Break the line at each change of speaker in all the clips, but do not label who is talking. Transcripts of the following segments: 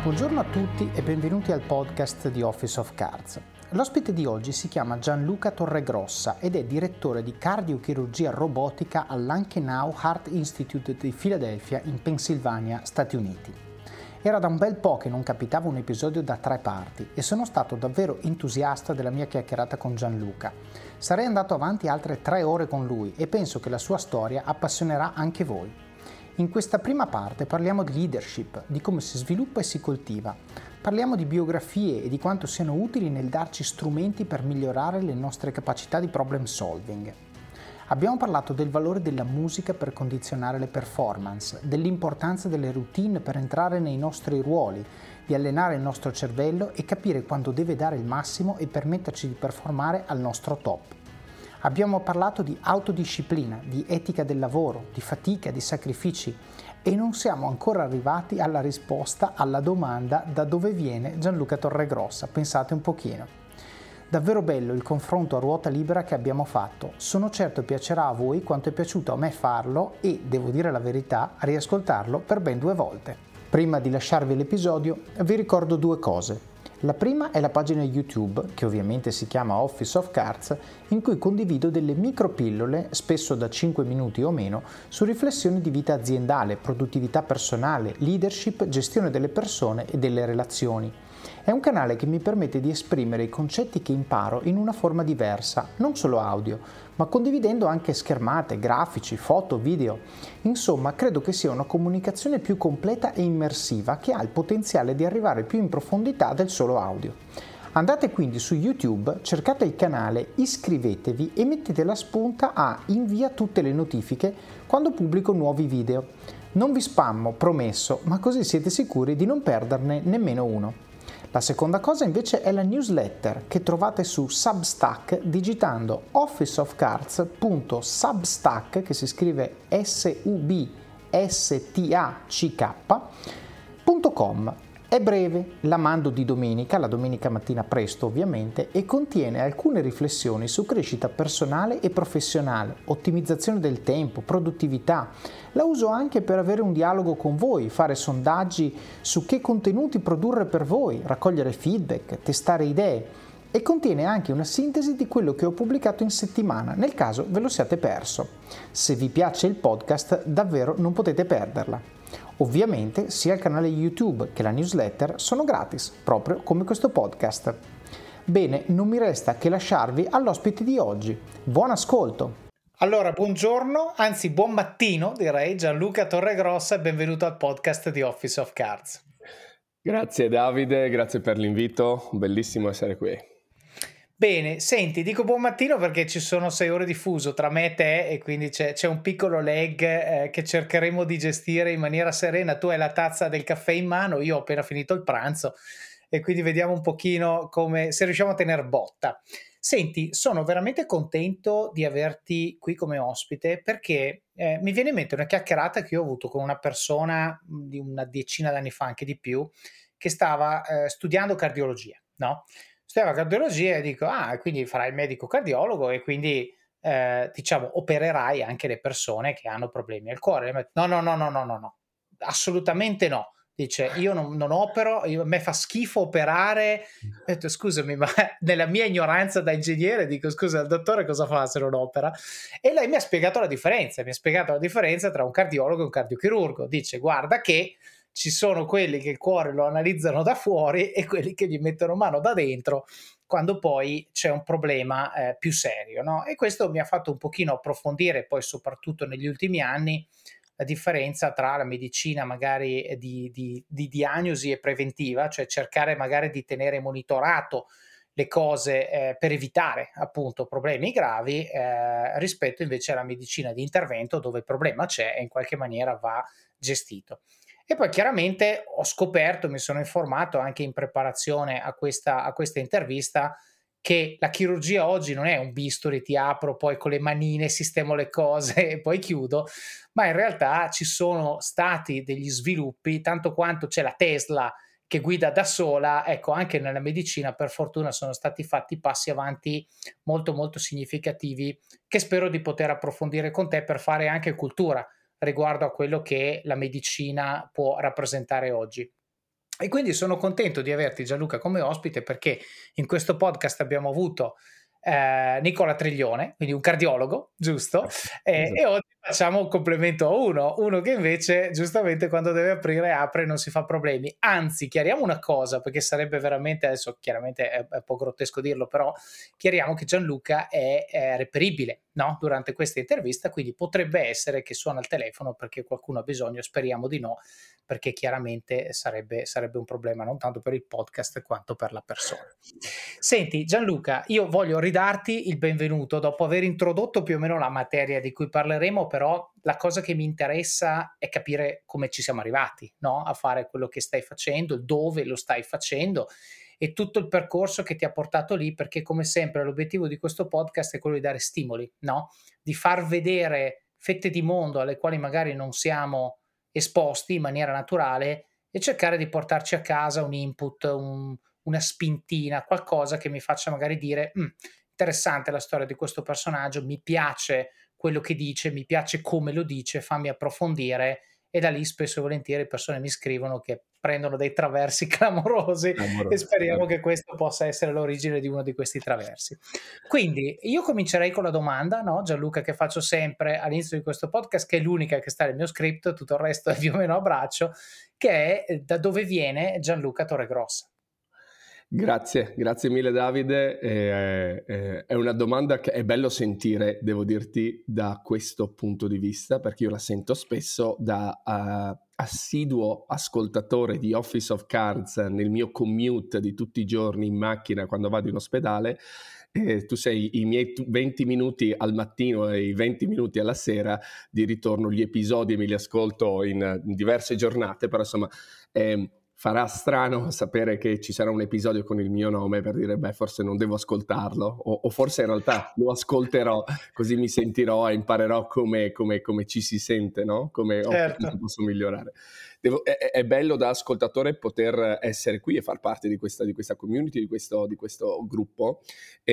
Buongiorno a tutti e benvenuti al podcast di Office of Cards. L'ospite di oggi si chiama Gianluca Torregrossa ed è direttore di cardiochirurgia robotica all'Ankenau Heart Institute di Philadelphia in Pennsylvania, Stati Uniti. Era da un bel po' che non capitava un episodio da 3 parti e sono stato davvero entusiasta della mia chiacchierata con Gianluca. Sarei andato avanti altre 3 ore con lui e penso che la sua storia appassionerà anche voi. In questa prima parte parliamo di leadership, di come si sviluppa e si coltiva. Parliamo di biografie e di quanto siano utili nel darci strumenti per migliorare le nostre capacità di problem solving. Abbiamo parlato del valore della musica per condizionare le performance, dell'importanza delle routine per entrare nei nostri ruoli, di allenare il nostro cervello e capire quando deve dare il massimo e permetterci di performare al nostro top. Abbiamo parlato di autodisciplina, di etica del lavoro, di fatica, di sacrifici e non siamo ancora arrivati alla risposta alla domanda da dove viene Gianluca Torregrossa. Pensate un pochino. Davvero bello il confronto a ruota libera che abbiamo fatto. Sono certo piacerà a voi quanto è piaciuto a me farlo e, devo dire la verità, riascoltarlo per ben 2 volte. Prima di lasciarvi l'episodio, vi ricordo 2 cose. La prima è la pagina YouTube, che ovviamente si chiama Office of Cards, in cui condivido delle micropillole, spesso da 5 minuti o meno, su riflessioni di vita aziendale, produttività personale, leadership, gestione delle persone e delle relazioni. È un canale che mi permette di esprimere i concetti che imparo in una forma diversa, non solo audio, ma condividendo anche schermate, grafici, foto, video. Insomma, credo che sia una comunicazione più completa e immersiva che ha il potenziale di arrivare più in profondità del solo audio. Andate quindi su YouTube, cercate il canale, iscrivetevi e mettete la spunta a invia tutte le notifiche quando pubblico nuovi video. Non vi spammo, promesso, ma così siete sicuri di non perderne nemmeno uno. La seconda cosa invece è la newsletter che trovate su Substack digitando officeofcards.substack, che si scrive substack.com. È breve, la mando di domenica, la domenica mattina presto ovviamente, e contiene alcune riflessioni su crescita personale e professionale, ottimizzazione del tempo, produttività. La uso anche per avere un dialogo con voi, fare sondaggi su che contenuti produrre per voi, raccogliere feedback, testare idee, e contiene anche una sintesi di quello che ho pubblicato in settimana, nel caso ve lo siate perso. Se vi piace il podcast, davvero non potete perderla. Ovviamente sia il canale YouTube che la newsletter sono gratis, proprio come questo podcast. Bene, non mi resta che lasciarvi all'ospite di oggi. Buon ascolto! Allora, buongiorno, anzi buon mattino direi, Gianluca Torregrossa e benvenuto al podcast di Office of Cards.
Grazie Davide, grazie per l'invito, bellissimo essere qui.
Bene, senti, dico buon mattino perché ci sono 6 ore di fuso tra me e te e quindi c'è un piccolo lag che cercheremo di gestire in maniera serena. Tu hai la tazza del caffè in mano, io ho appena finito il pranzo e quindi vediamo un pochino come se riusciamo a tener botta. Senti, sono veramente contento di averti qui come ospite perché mi viene in mente una chiacchierata che io ho avuto con una persona di una decina d'anni fa, anche di più, che stava studiando cardiologia, no? Studiava cardiologia e dico, quindi farai il medico cardiologo e quindi diciamo opererai anche le persone che hanno problemi al cuore. No, no, no, no, no, no, no, assolutamente no. Dice, io non opero, a me fa schifo operare. Ho detto, scusami, ma nella mia ignoranza da ingegnere dico, scusa, il dottore cosa fa se non opera? E lei mi ha spiegato la differenza, tra un cardiologo e un cardiochirurgo. Dice, guarda che ci sono quelli che il cuore lo analizzano da fuori e quelli che gli mettono mano da dentro quando poi c'è un problema più serio, no? E questo mi ha fatto un pochino approfondire poi soprattutto negli ultimi anni la differenza tra la medicina magari di diagnosi e preventiva, cioè cercare magari di tenere monitorato le cose per evitare appunto problemi gravi rispetto invece alla medicina di intervento dove il problema c'è e in qualche maniera va gestito. E poi chiaramente ho scoperto, mi sono informato anche in preparazione a questa intervista, che la chirurgia oggi non è un bisturi, ti apro, poi con le manine sistemo le cose e poi chiudo, ma in realtà ci sono stati degli sviluppi, tanto quanto c'è la Tesla che guida da sola, ecco, anche nella medicina per fortuna sono stati fatti passi avanti molto molto significativi che spero di poter approfondire con te per fare anche cultura riguardo a quello che la medicina può rappresentare oggi. E quindi sono contento di averti, Gianluca, come ospite, perché in questo podcast abbiamo avuto Nicola Triglione, quindi un cardiologo, giusto? E oggi facciamo un complemento a uno che invece giustamente quando deve aprire apre e non si fa problemi. Anzi, chiariamo una cosa, perché sarebbe veramente, adesso chiaramente è un po' grottesco dirlo, però chiariamo che Gianluca è reperibile, no? Durante questa intervista, quindi potrebbe essere che suona il telefono perché qualcuno ha bisogno, speriamo di no, perché chiaramente sarebbe un problema non tanto per il podcast quanto per la persona. Senti Gianluca, io voglio ridarti il benvenuto dopo aver introdotto più o meno la materia di cui parleremo, però la cosa che mi interessa è capire come ci siamo arrivati, no? A fare quello che stai facendo, dove lo stai facendo e tutto il percorso che ti ha portato lì, perché come sempre l'obiettivo di questo podcast è quello di dare stimoli, no? Di far vedere fette di mondo alle quali magari non siamo esposti in maniera naturale e cercare di portarci a casa un input, una spintina, qualcosa che mi faccia magari dire interessante la storia di questo personaggio, mi piace quello che dice, mi piace come lo dice, fammi approfondire e da lì spesso e volentieri persone mi scrivono che prendono dei traversi clamorosi e speriamo che questo possa essere l'origine di uno di questi traversi. Quindi io comincerei con la domanda, no, Gianluca, che faccio sempre all'inizio di questo podcast, che è l'unica che sta nel mio script, tutto il resto è più o meno a braccio, che è da dove viene Gianluca Torregrossa?
Grazie mille Davide. È una domanda che è bello sentire, devo dirti, da questo punto di vista, perché io la sento spesso da assiduo ascoltatore di Office of Cards nel mio commute di tutti i giorni in macchina quando vado in ospedale. Tu sei i miei 20 minuti al mattino e i 20 minuti alla sera di ritorno, gli episodi me li ascolto in diverse giornate, però insomma farà strano sapere che ci sarà un episodio con il mio nome per dire beh forse non devo ascoltarlo o forse in realtà lo ascolterò così mi sentirò e imparerò come ci si sente, no? Come
Certo.
posso migliorare. È bello da ascoltatore poter essere qui e far parte di questa community, di questo gruppo.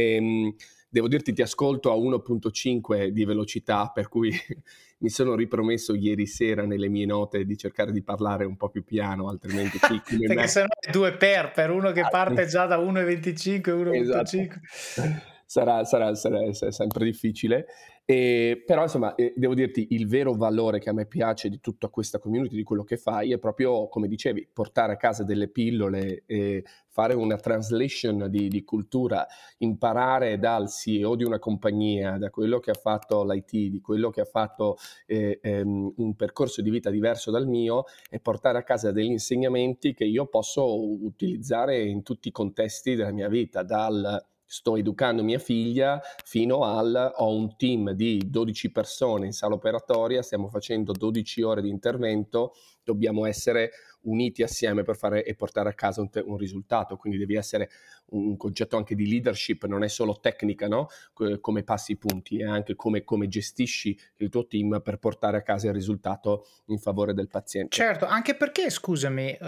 Devo dirti, ti ascolto a 1.5 di velocità, per cui mi sono ripromesso ieri sera nelle mie note di cercare di parlare un po' più piano, altrimenti qui come
Perché
me...
sennò è 2 per uno che parte già da 1,25,
Esatto.
1,5.
Sarà sempre difficile, però insomma devo dirti il vero valore che a me piace di tutta questa community, di quello che fai, è proprio, come dicevi, portare a casa delle pillole e fare una translation di cultura, imparare dal CEO di una compagnia, da quello che ha fatto l'IT, di quello che ha fatto un percorso di vita diverso dal mio, e portare a casa degli insegnamenti che io posso utilizzare in tutti i contesti della mia vita, dal sto educando mia figlia fino al ho un team di 12 persone in sala operatoria, stiamo facendo 12 ore di intervento, dobbiamo essere uniti assieme per fare e portare a casa un risultato, quindi devi essere un concetto anche di leadership, non è solo tecnica, no? Come passi i punti, è anche come gestisci il tuo team per portare a casa il risultato in favore del paziente.
Certo, anche perché scusami,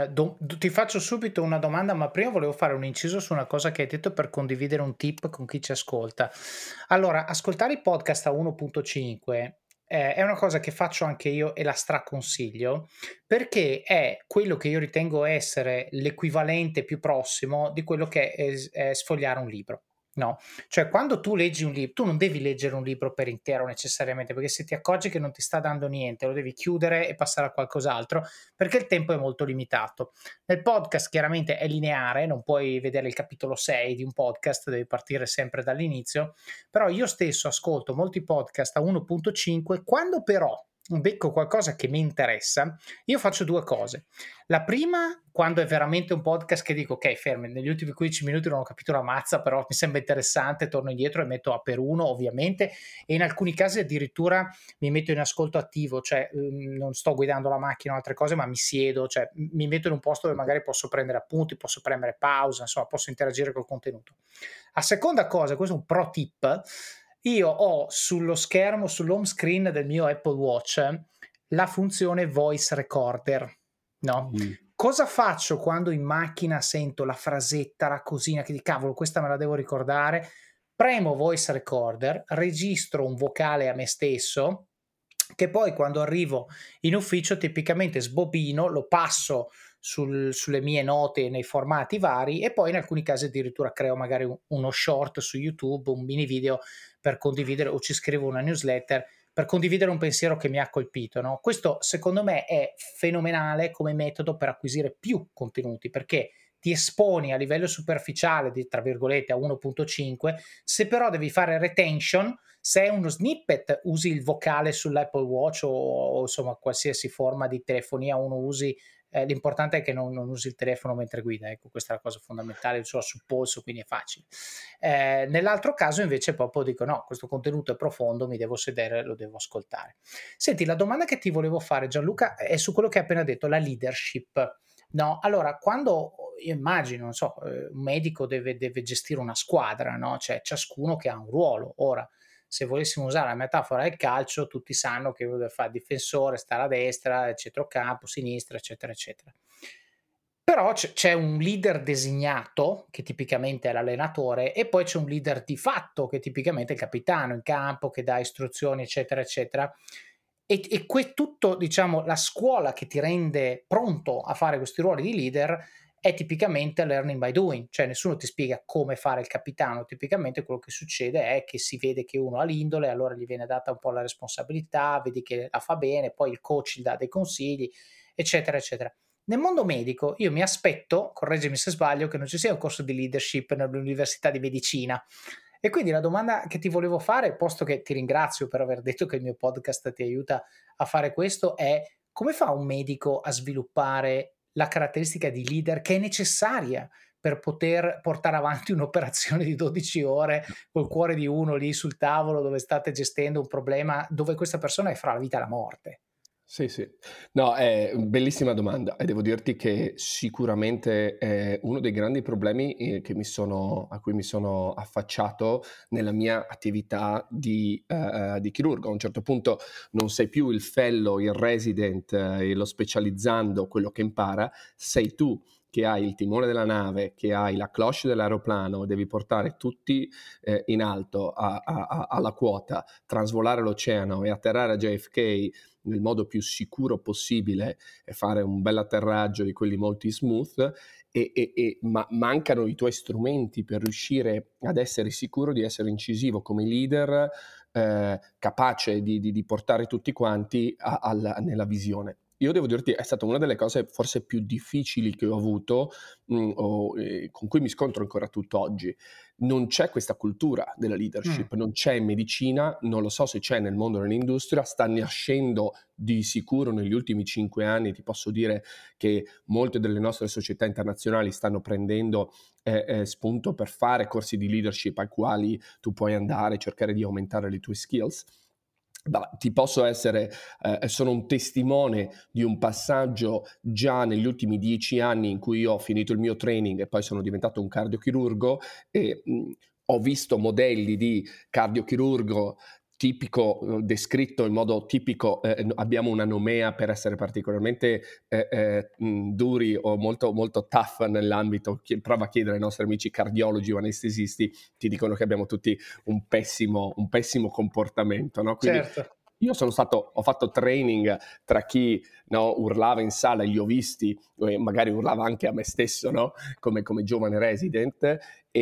ti faccio subito una domanda, ma prima volevo fare un inciso su una cosa che hai detto per condividere un tip con chi ci ascolta. Allora, ascoltare i podcast a 1.5 è una cosa che faccio anche io e la straconsiglio, perché è quello che io ritengo essere l'equivalente più prossimo di quello che è sfogliare un libro. No, cioè quando tu leggi un libro, tu non devi leggere un libro per intero necessariamente, perché se ti accorgi che non ti sta dando niente, lo devi chiudere e passare a qualcos'altro, perché il tempo è molto limitato. Nel podcast chiaramente è lineare, non puoi vedere il capitolo 6 di un podcast, devi partire sempre dall'inizio, però io stesso ascolto molti podcast a 1.5, quando però becco qualcosa che mi interessa, io faccio due cose. La prima, quando è veramente un podcast che dico, ok, fermi, negli ultimi 15 minuti non ho capito la mazza, però mi sembra interessante, torno indietro e metto a per uno, ovviamente, e in alcuni casi addirittura mi metto in ascolto attivo, cioè non sto guidando la macchina o altre cose, ma mi siedo, cioè mi metto in un posto dove magari posso prendere appunti, posso prendere pausa, insomma, posso interagire col contenuto. A seconda cosa, questo è un pro tip, io ho sullo schermo, sull'home screen del mio Apple Watch, la funzione voice recorder, no? Cosa faccio quando in macchina sento la frasetta, la cosina che di cavolo, questa me la devo ricordare? Premo voice recorder, registro un vocale a me stesso, che poi quando arrivo in ufficio tipicamente sbobino, lo passo sulle mie note nei formati vari, e poi in alcuni casi addirittura creo magari uno short su YouTube, un mini video per condividere, o ci scrivo una newsletter per condividere un pensiero che mi ha colpito, no? Questo secondo me è fenomenale come metodo per acquisire più contenuti, perché ti esponi a livello superficiale di, tra virgolette, a 1.5. Se però devi fare retention, se è uno snippet, usi il vocale sull'Apple Watch o insomma qualsiasi forma di telefonia uno usi, l'importante è che non usi il telefono mentre guida, ecco, questa è la cosa fondamentale, ce l'ho sul polso, quindi è facile. Nell'altro caso invece proprio dico no, questo contenuto è profondo, mi devo sedere, lo devo ascoltare. Senti, la domanda che ti volevo fare, Gianluca, è su quello che hai appena detto, la leadership. No, allora, quando io immagino, non so, un medico deve gestire una squadra, no? Cioè ciascuno che ha un ruolo. Ora, se volessimo usare la metafora del calcio, tutti sanno che deve fare difensore, stare a destra, centrocampo, sinistra, eccetera, eccetera. Però c'è un leader designato, che tipicamente è l'allenatore, e poi c'è un leader di fatto, che tipicamente è il capitano in campo, che dà istruzioni, eccetera, eccetera. E tutto, diciamo, la scuola che ti rende pronto a fare questi ruoli di leader è tipicamente learning by doing, cioè nessuno ti spiega come fare il capitano, tipicamente quello che succede è che si vede che uno ha l'indole, allora gli viene data un po' la responsabilità, vedi che la fa bene, poi il coach gli dà dei consigli, eccetera, eccetera. Nel mondo medico io mi aspetto, correggimi se sbaglio, che non ci sia un corso di leadership nell'università di medicina. E quindi la domanda che ti volevo fare, posto che ti ringrazio per aver detto che il mio podcast ti aiuta a fare questo, è come fa un medico a sviluppare la caratteristica di leader che è necessaria per poter portare avanti un'operazione di 12 ore col cuore di uno lì sul tavolo dove state gestendo un problema dove questa persona è fra la vita e la morte?
Sì, sì. No, è bellissima domanda e devo dirti che sicuramente è uno dei grandi problemi a cui mi sono affacciato nella mia attività di chirurgo. A un certo punto non sei più il fellow, il resident, lo specializzando, quello che impara, sei tu che hai il timone della nave, che hai la cloche dell'aeroplano, devi portare tutti in alto alla quota, trasvolare l'oceano e atterrare a JFK nel modo più sicuro possibile e fare un bel atterraggio di quelli molto smooth, ma mancano i tuoi strumenti per riuscire ad essere sicuro di essere incisivo come leader, capace di portare tutti quanti nella visione. Io devo dirti, è stata una delle cose forse più difficili che ho avuto, con cui mi scontro ancora tutt'oggi. Non c'è questa cultura della leadership, non c'è in medicina, non lo so se c'è nel mondo dell'industria, sta nascendo di sicuro negli ultimi 5 anni. Ti posso dire che molte delle nostre società internazionali stanno prendendo spunto per fare corsi di leadership ai quali tu puoi andare e cercare di aumentare le tue skills. Ti posso essere, sono un testimone di un passaggio già negli ultimi 10 anni in cui io ho finito il mio training e poi sono diventato un cardiochirurgo e ho visto modelli di cardiochirurgo tipico, descritto in modo tipico, abbiamo una nomea per essere particolarmente duri o molto, molto tough nell'ambito. Prova a chiedere ai nostri amici cardiologi o anestesisti, ti dicono che abbiamo tutti un pessimo comportamento, no? Quindi
Certo.
io ho fatto training tra chi, no, urlava in sala, li ho visti, magari urlava anche a me stesso, no? come giovane resident,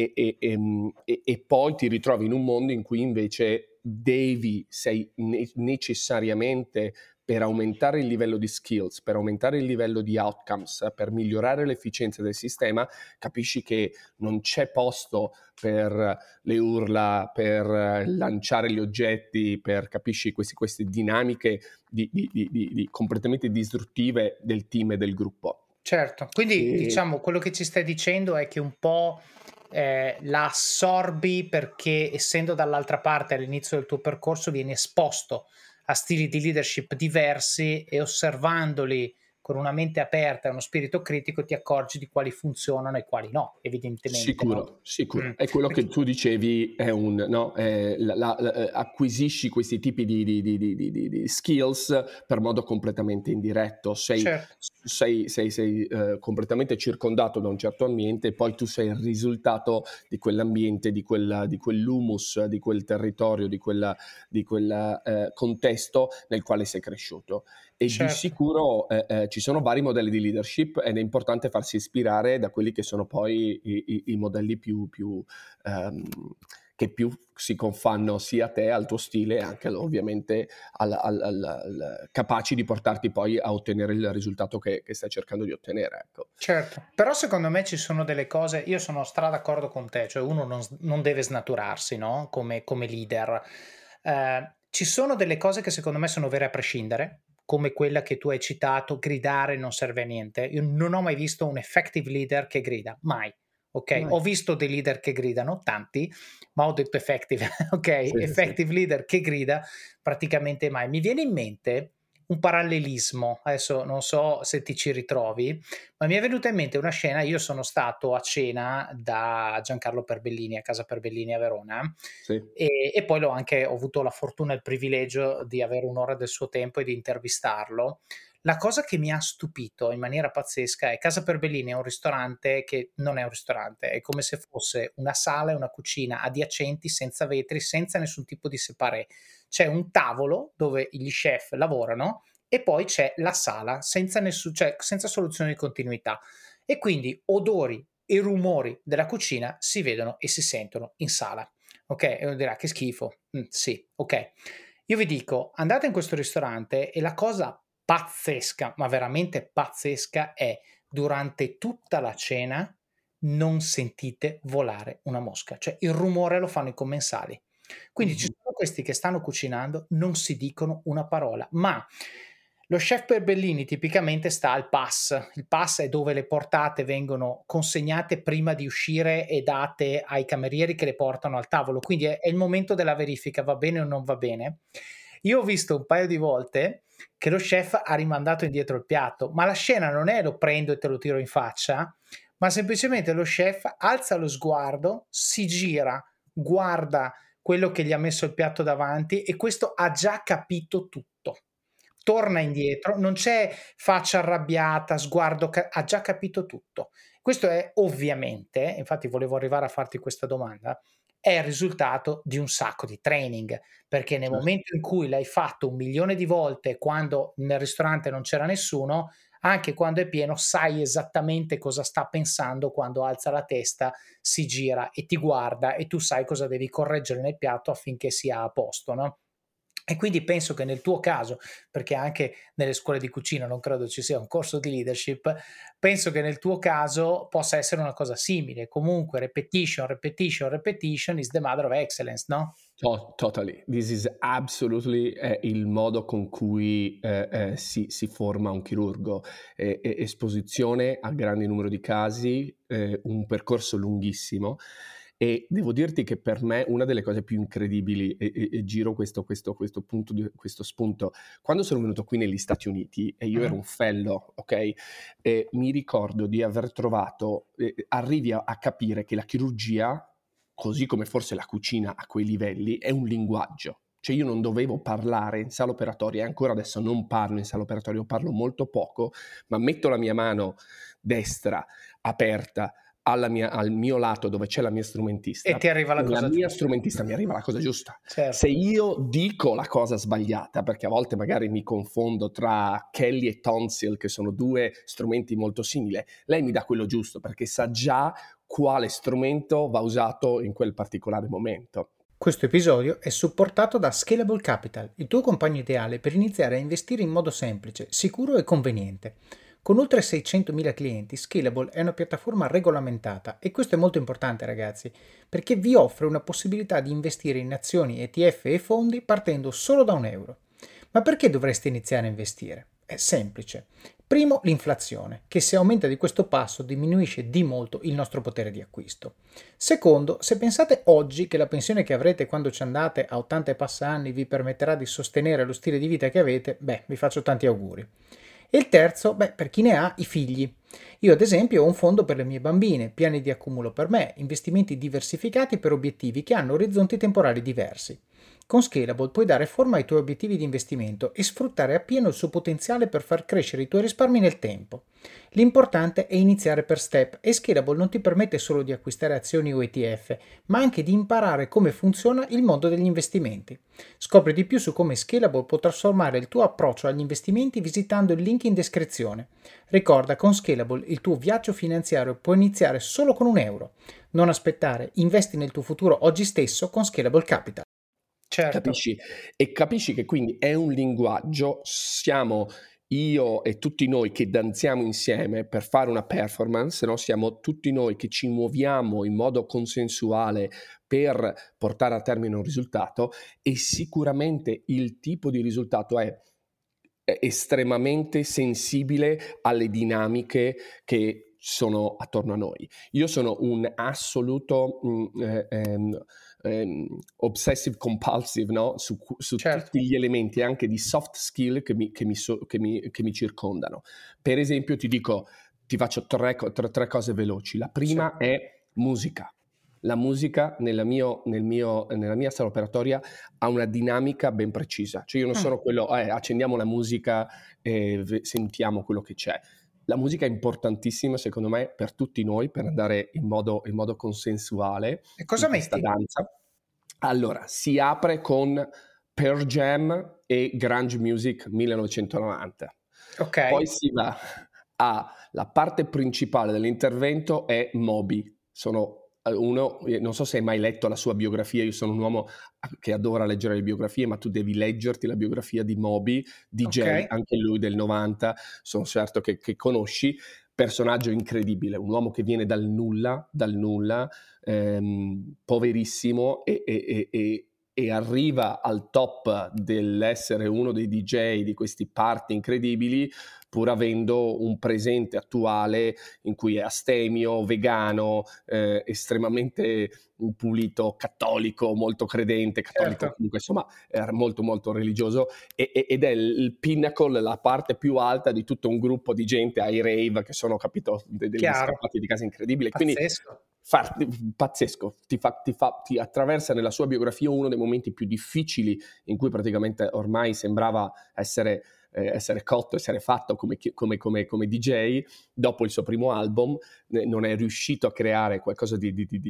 e poi ti ritrovi in un mondo in cui invece sei necessariamente, per aumentare il livello di skills, per aumentare il livello di outcomes, per migliorare l'efficienza del sistema, capisci che non c'è posto per le urla, per lanciare gli oggetti, capisci queste dinamiche completamente distruttive del team e del gruppo.
Certo, quindi diciamo quello che ci stai dicendo è che un po' la assorbi perché essendo dall'altra parte all'inizio del tuo percorso vieni esposto a stili di leadership diversi e osservandoli con una mente aperta e uno spirito critico ti accorgi di quali funzionano e quali no, evidentemente, no?
Sicuro. È quello che tu dicevi, è no? Acquisisci questi tipi di skills per modo completamente indiretto.
Certo.
sei completamente circondato da un certo ambiente e poi tu sei il risultato di quell'ambiente, di quell'humus, di quel territorio, di quel contesto nel quale sei cresciuto. E di
Certo.
sicuro ci sono vari modelli di leadership ed è importante farsi ispirare da quelli che sono poi i modelli ehm, che più si confanno sia a te, al tuo stile e anche ovviamente capaci di portarti poi a ottenere il risultato che stai cercando di ottenere. Ecco.
Certo, però secondo me ci sono delle cose, io sono stra d'accordo con te, cioè uno non deve snaturarsi, no? Come leader. Ci sono delle cose che secondo me sono vere a prescindere, come quella che tu hai citato, gridare non serve a niente. Io non ho mai visto un effective leader che grida, mai. Ok,
Vai.
ho visto dei leader che gridano, tanti, ma ho detto effective, ok?
Sì.
Effective leader che grida praticamente mai. Mi viene in mente un parallelismo, adesso non so se ti ci ritrovi, ma mi è venuta in mente una scena. Io sono stato a cena da Giancarlo Perbellini, a casa Perbellini a Verona,
Sì.
e poi ho avuto la fortuna e il privilegio di avere un'ora del suo tempo e di intervistarlo. La cosa che mi ha stupito in maniera pazzesca è Casa Perbellini è un ristorante che non è un ristorante, è come se fosse una sala e una cucina adiacenti, senza vetri, senza nessun tipo di separé. C'è un tavolo dove gli chef lavorano e poi c'è la sala senza soluzione di continuità. E quindi odori e rumori della cucina si vedono e si sentono in sala. Ok? E uno dirà che schifo. Sì, ok. Io vi dico, andate in questo ristorante e la cosa pazzesca, ma veramente pazzesca, è durante tutta la cena non sentite volare una mosca, cioè il rumore lo fanno i commensali. Quindi ci
Mhm.
sono questi che stanno cucinando, non si dicono una parola, ma lo chef Perbellini tipicamente sta al pass. Il pass è dove le portate vengono consegnate prima di uscire e date ai camerieri che le portano al tavolo. Quindi è il momento della verifica, va bene o non va bene. Io ho visto un paio di volte che lo chef ha rimandato indietro il piatto, ma la scena non è lo prendo e te lo tiro in faccia, ma semplicemente lo chef alza lo sguardo, si gira, guarda quello che gli ha messo il piatto davanti e questo ha già capito tutto. Torna indietro, non c'è faccia arrabbiata, sguardo, ha già capito tutto. Questo è ovviamente, infatti volevo arrivare a farti questa domanda, è il risultato di un sacco di training, perché nel
Certo.
momento in cui l'hai fatto 1 milione di volte quando nel ristorante non c'era nessuno, anche quando è pieno sai esattamente cosa sta pensando quando alza la testa, si gira e ti guarda e tu sai cosa devi correggere nel piatto affinché sia a posto, no? E quindi penso che nel tuo caso, perché anche nelle scuole di cucina non credo ci sia un corso di leadership, penso che nel tuo caso possa essere una cosa simile. Comunque repetition, repetition, repetition is the mother of excellence, no?
Totally. This is absolutely il modo con cui si forma un chirurgo. Esposizione a grande numero di casi, un percorso lunghissimo. E devo dirti che per me una delle cose più incredibili, e giro questo punto, questo spunto, quando sono venuto qui negli Stati Uniti e io ero un fellow, ok? Mi ricordo di aver trovato, arrivi a capire che la chirurgia, così come forse la cucina a quei livelli, è un linguaggio. Cioè io non dovevo parlare in sala operatoria, e ancora adesso non parlo in sala operatoria, parlo molto poco, ma metto la mia mano destra aperta al mio lato dove c'è la mia
E
strumentista
ti arriva la
e la
cosa
mia
giusta.
strumentista mi arriva la cosa giusta. Se
Certo.
io dico la cosa sbagliata, perché a volte magari mi confondo tra Kelly e Tonsil, che sono due strumenti molto simili, lei mi dà quello giusto perché sa già quale strumento va usato in quel particolare momento.
Questo episodio è supportato da Scalable Capital, il tuo compagno ideale per iniziare a investire in modo semplice, sicuro e conveniente. Con oltre 600.000 clienti, Scalable è una piattaforma regolamentata e questo è molto importante, ragazzi, perché vi offre una possibilità di investire in azioni, ETF e fondi partendo solo da €1. Ma perché dovreste iniziare a investire? È semplice. Primo, l'inflazione, che se aumenta di questo passo diminuisce di molto il nostro potere di acquisto. Secondo, se pensate oggi che la pensione che avrete quando ci andate a 80 e passa anni vi permetterà di sostenere lo stile di vita che avete, vi faccio tanti auguri. E il terzo, per chi ne ha, i figli. Io ad esempio ho un fondo per le mie bambine, piani di accumulo per me, investimenti diversificati per obiettivi che hanno orizzonti temporali diversi. Con Scalable puoi dare forma ai tuoi obiettivi di investimento e sfruttare appieno il suo potenziale per far crescere i tuoi risparmi nel tempo. L'importante è iniziare per step e Scalable non ti permette solo di acquistare azioni o ETF, ma anche di imparare come funziona il mondo degli investimenti. Scopri di più su come Scalable può trasformare il tuo approccio agli investimenti visitando il link in descrizione. Ricorda, con Scalable il tuo viaggio finanziario può iniziare solo con €1. Non aspettare, investi nel tuo futuro oggi stesso con Scalable Capital. Certo.
Capisci? E capisci che quindi è un linguaggio, siamo io e tutti noi che danziamo insieme per fare una performance, no? Siamo tutti noi che ci muoviamo in modo consensuale per portare a termine un risultato, e sicuramente il tipo di risultato è estremamente sensibile alle dinamiche che sono attorno a noi. Io sono un assoluto obsessive compulsive, no? Su
Certo.
tutti gli elementi anche di soft skill che mi circondano. Per esempio ti faccio tre cose veloci. La
Sì.
prima è musica. La musica nella mia sala operatoria ha una dinamica ben precisa. Cioè io non sono quello, accendiamo la musica e sentiamo quello che c'è. La musica è importantissima, secondo me, per tutti noi, per andare in modo consensuale
E
in
cosa
questa
metti?
danza. Allora, si apre con Pearl Jam e Grunge Music 1990.
Ok.
Poi si va alla parte principale dell'intervento, è Moby. Non so se hai mai letto la sua biografia, io sono un uomo che adora leggere le biografie, ma tu devi leggerti la biografia di Moby,
Ok.
DJ, anche lui del 90, sono certo che conosci. Personaggio incredibile, un uomo che viene dal nulla, poverissimo, e arriva al top dell'essere uno dei DJ di questi party incredibili, pur avendo un presente attuale in cui è astemio, vegano, estremamente pulito, cattolico, molto credente, cattolico
Certo.
comunque, insomma, era molto molto religioso, ed è il pinnacle, la parte più alta di tutto un gruppo di gente ai rave che sono, capito, degli
Chiaro.
scappati di casa incredibili. Quindi
Pazzesco.
pazzesco, ti attraversa nella sua biografia uno dei momenti più difficili in cui praticamente ormai sembrava essere cotto, essere fatto come DJ. Dopo il suo primo album non è riuscito a creare qualcosa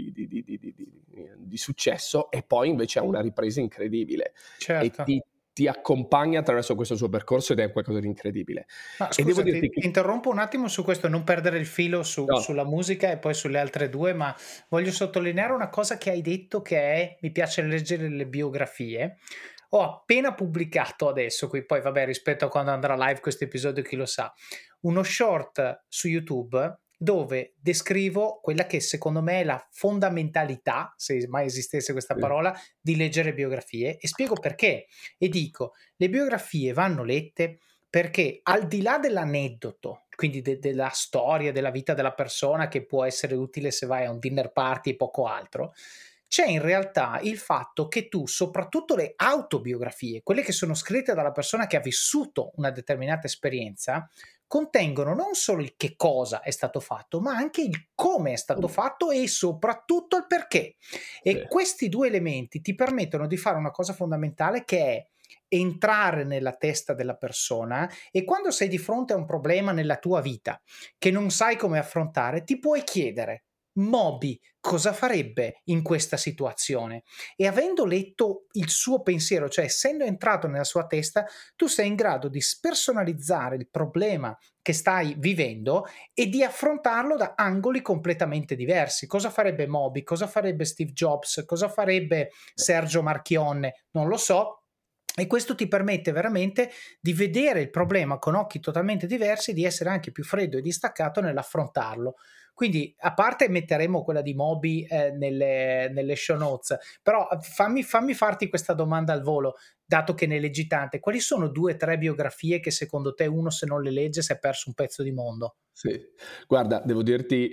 di successo, e poi invece ha una ripresa incredibile e
Certo.
ti accompagna attraverso questo suo percorso, ed è qualcosa di incredibile.
Ma
E devo
scusa,
dirti
ti
che
interrompo un attimo su questo, non perdere il filo
no,
sulla musica e poi sulle altre due, ma voglio sottolineare una cosa che hai detto che è, mi piace leggere le biografie. Ho appena pubblicato adesso, qui poi vabbè rispetto a quando andrà live questo episodio chi lo sa, uno short su YouTube dove descrivo quella che secondo me è la fondamentalità, se mai esistesse questa parola, di leggere biografie e spiego perché. E dico, le biografie vanno lette perché al di là dell'aneddoto, quindi della storia, della vita della persona che può essere utile se vai a un dinner party e poco altro, c'è in realtà il fatto che tu, soprattutto le autobiografie, quelle che sono scritte dalla persona che ha vissuto una determinata esperienza, contengono non solo il che cosa è stato fatto, ma anche il come è stato fatto e soprattutto il perché.
sì.
E questi due elementi ti permettono di fare una cosa fondamentale che è entrare nella testa della persona e quando sei di fronte a un problema nella tua vita che non sai come affrontare, ti puoi chiedere: Moby cosa farebbe in questa situazione? E avendo letto il suo pensiero, cioè essendo entrato nella sua testa, tu sei in grado di spersonalizzare il problema che stai vivendo e di affrontarlo da angoli completamente diversi. Cosa farebbe Moby? Cosa farebbe Steve Jobs? Cosa farebbe Sergio Marchionne? Non lo so, e questo ti permette veramente di vedere il problema con occhi totalmente diversi, di essere anche più freddo e distaccato nell'affrontarlo. Quindi, a parte metteremo quella di Moby nelle show notes, però fammi farti questa domanda al volo, dato che ne leggi tante. Quali sono 2 o 3 biografie che secondo te uno se non le legge si è perso un pezzo di mondo?
Sì, guarda, devo dirti,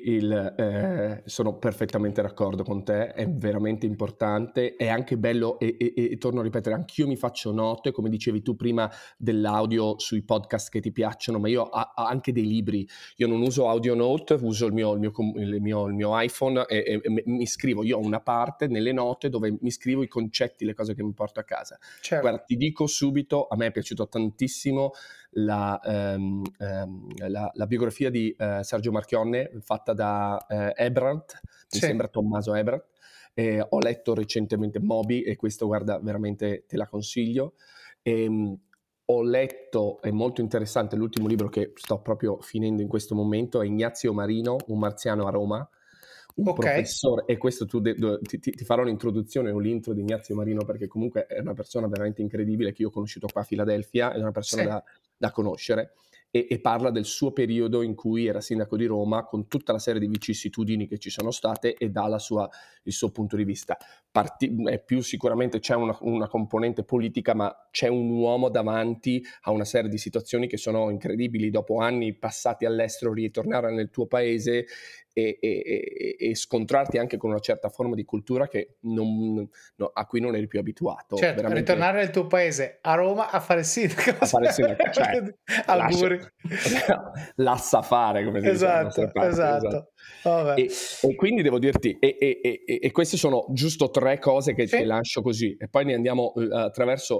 sono perfettamente d'accordo con te, è veramente importante, è anche bello, e torno a ripetere, anch'io mi faccio note, come dicevi tu prima, dell'audio sui podcast che ti piacciono, ma io ho anche dei libri. Io non uso AudioNote, uso il mio mio iPhone e mi scrivo, io ho una parte nelle note dove mi scrivo i concetti, le cose che mi porto a casa.
Certo.
Guarda, ti dico subito, a me è piaciuto tantissimo la biografia di Sergio Marchionne fatta da Ebrard, mi sembra Tommaso Ebrard. Ho letto recentemente Moby e questo, guarda, veramente te la consiglio. Ho letto, è molto interessante, l'ultimo libro che sto proprio finendo in questo momento è Ignazio Marino, Un marziano a Roma, un professore, e questo ti farò l'introduzione o l'intro di Ignazio Marino, perché comunque è una persona veramente incredibile che io ho conosciuto qua a Filadelfia, è una persona da conoscere, e parla del suo periodo in cui era sindaco di Roma, con tutta la serie di vicissitudini che ci sono state, e dà il suo punto di vista. È più sicuramente c'è una componente politica, ma c'è un uomo davanti a una serie di situazioni che sono incredibili. Dopo anni passati all'estero, ritornare nel tuo paese e scontrarti anche con una certa forma di cultura che a cui non eri più abituato.
Certo,
veramente.
Ritornare nel tuo paese, a Roma, a fare il sindaco.
A fare il sindaco, cioè,
auguri.
Lassa fare, come si dice dalle nostre parti.
Esatto. Vabbè.
E quindi devo dirti, e queste sono giusto 3 cose che lascio così, e poi ne andiamo attraverso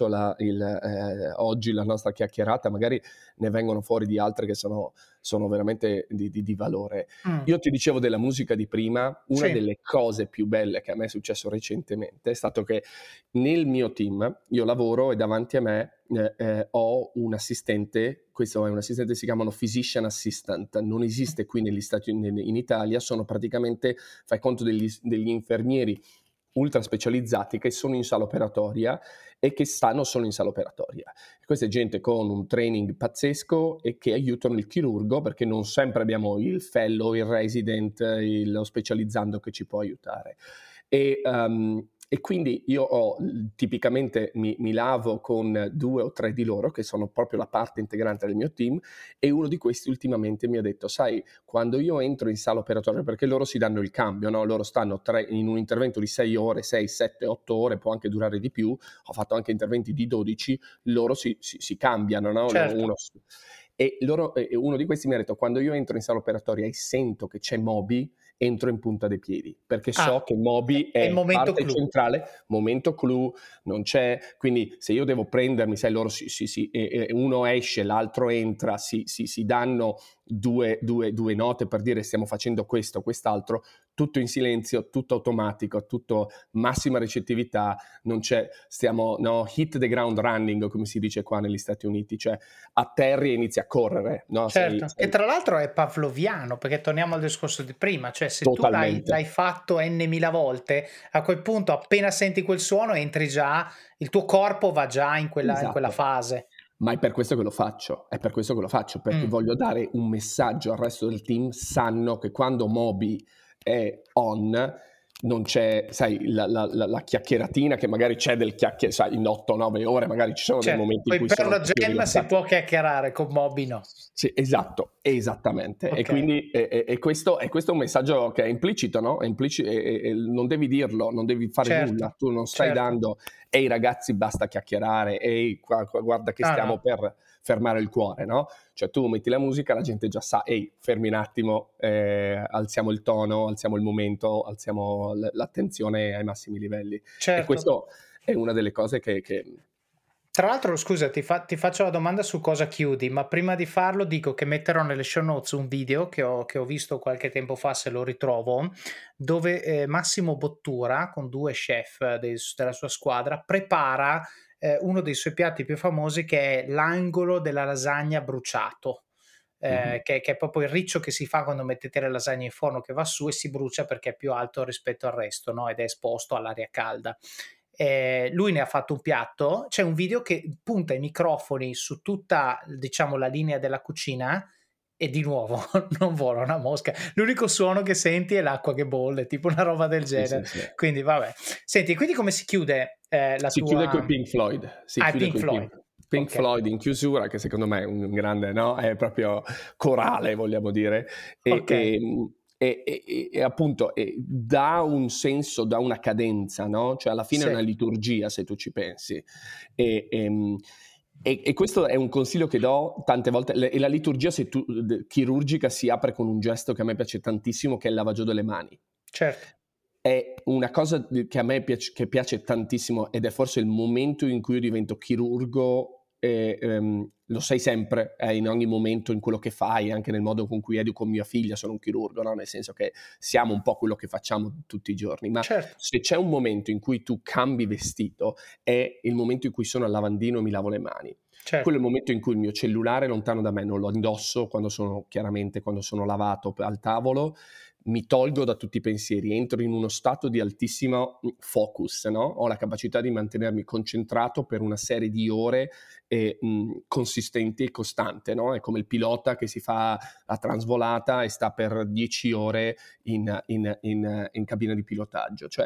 oggi la nostra chiacchierata, magari ne vengono fuori di altre che sono veramente di valore. Io ti dicevo della musica di prima, una delle cose più belle che a me è successo recentemente è stato che nel mio team io lavoro e davanti a me ho un assistente. Questo è un assistente, si chiamano physician assistant, non esiste qui in Italia, sono praticamente, fai conto, degli infermieri ultra specializzati che sono in sala operatoria e che stanno solo in sala operatoria. Questa è gente con un training pazzesco e che aiutano il chirurgo, perché non sempre abbiamo il fellow, il resident, lo specializzando che ci può aiutare. E quindi io tipicamente mi lavo con 2 o 3 di loro che sono proprio la parte integrante del mio team, e uno di questi ultimamente mi ha detto: sai, quando io entro in sala operatoria, perché loro si danno il cambio, no? Loro stanno in un intervento di 6 ore, 6, 7, 8 ore, può anche durare di più, ho fatto anche interventi di 12, loro si cambiano, no?
Certo.
E uno di questi mi ha detto: quando io entro in sala operatoria e sento che c'è Moby, entro in punta dei piedi, perché so che Moby è
il momento
parte
clou.
centrale, momento clou, non c'è, quindi se io devo prendermi, sai, loro uno esce, l'altro entra, si danno due note per dire stiamo facendo questo, quest'altro, tutto in silenzio, tutto automatico, tutto massima recettività, non c'è, hit the ground running, come si dice qua negli Stati Uniti, cioè atterri e inizi a correre, no?
Certo, che tra l'altro è pavloviano, perché torniamo al discorso di prima, cioè se
Totalmente.
tu l'hai fatto n mila volte, a quel punto appena senti quel suono entri già, il tuo corpo va già in quella fase.
Ma è per questo che lo faccio, perché voglio dare un messaggio al resto del team. Sanno che quando Moby è on non c'è, sai, la chiacchieratina che magari c'è sai, in 8-9 ore magari ci sono dei momenti in cui
per
sono
la
un po' più
gemma si
rilassati.
può chiacchierare, con Moby no.
Sì, esatto, esattamente.
Okay.
E quindi questo è un messaggio che è implicito, no? È implicito, e non devi dirlo, non devi fare nulla, tu non stai dando: ehi ragazzi, basta chiacchierare, ehi guarda che stiamo per fermare il cuore, no? Cioè tu metti la musica, la gente già sa: ehi, fermi un attimo, alziamo il tono, alziamo il momento, alziamo l'attenzione ai massimi livelli. E questo è una delle cose che
Tra l'altro, scusa, ti faccio la domanda su cosa chiudi, ma prima di farlo dico che metterò nelle show notes un video che ho visto qualche tempo fa, se lo ritrovo, dove Massimo Bottura, con 2 chef della sua squadra, prepara uno dei suoi piatti più famosi, che è l'angolo della lasagna bruciato. Che è proprio il riccio che si fa quando mettete le lasagne in forno, che va su e si brucia perché è più alto rispetto al resto, no? Ed è esposto all'aria calda. Lui ne ha fatto un piatto, c'è un video che punta i microfoni su tutta, diciamo, la linea della cucina, e di nuovo non vola una mosca, l'unico suono che senti è l'acqua che bolle, tipo una roba del genere.
Sì.
Quindi vabbè. Senti, quindi come si chiude
si chiude con Pink Floyd.
Pink Floyd.
Pink Floyd in chiusura, che secondo me è un grande, no? È proprio corale, vogliamo dire. E appunto dà un senso, dà una cadenza, no? Cioè alla fine è una liturgia, se tu ci pensi. E questo è un consiglio che do tante volte, e la liturgia chirurgica si apre con un gesto che a me piace tantissimo, che è il lavaggio delle mani.
Certo.
È una cosa che a me piace tantissimo, ed è forse il momento in cui io divento chirurgo. Lo sai sempre, in ogni momento, in quello che fai, anche nel modo con cui educo mia figlia. Sono un chirurgo, no? Nel senso che siamo un po' quello che facciamo tutti i giorni, ma
Certo.
se c'è un momento in cui tu cambi vestito, è il momento in cui sono al lavandino e mi lavo le mani.
Certo.
Quello è il momento in cui il mio cellulare è lontano da me, non lo indosso quando sono lavato al tavolo, mi tolgo da tutti i pensieri, entro in uno stato di altissimo focus, no? Ho la capacità di mantenermi concentrato per una serie di ore consistenti e costante, no? È come il pilota che si fa la transvolata e sta per 10 ore in cabina di pilotaggio. Cioè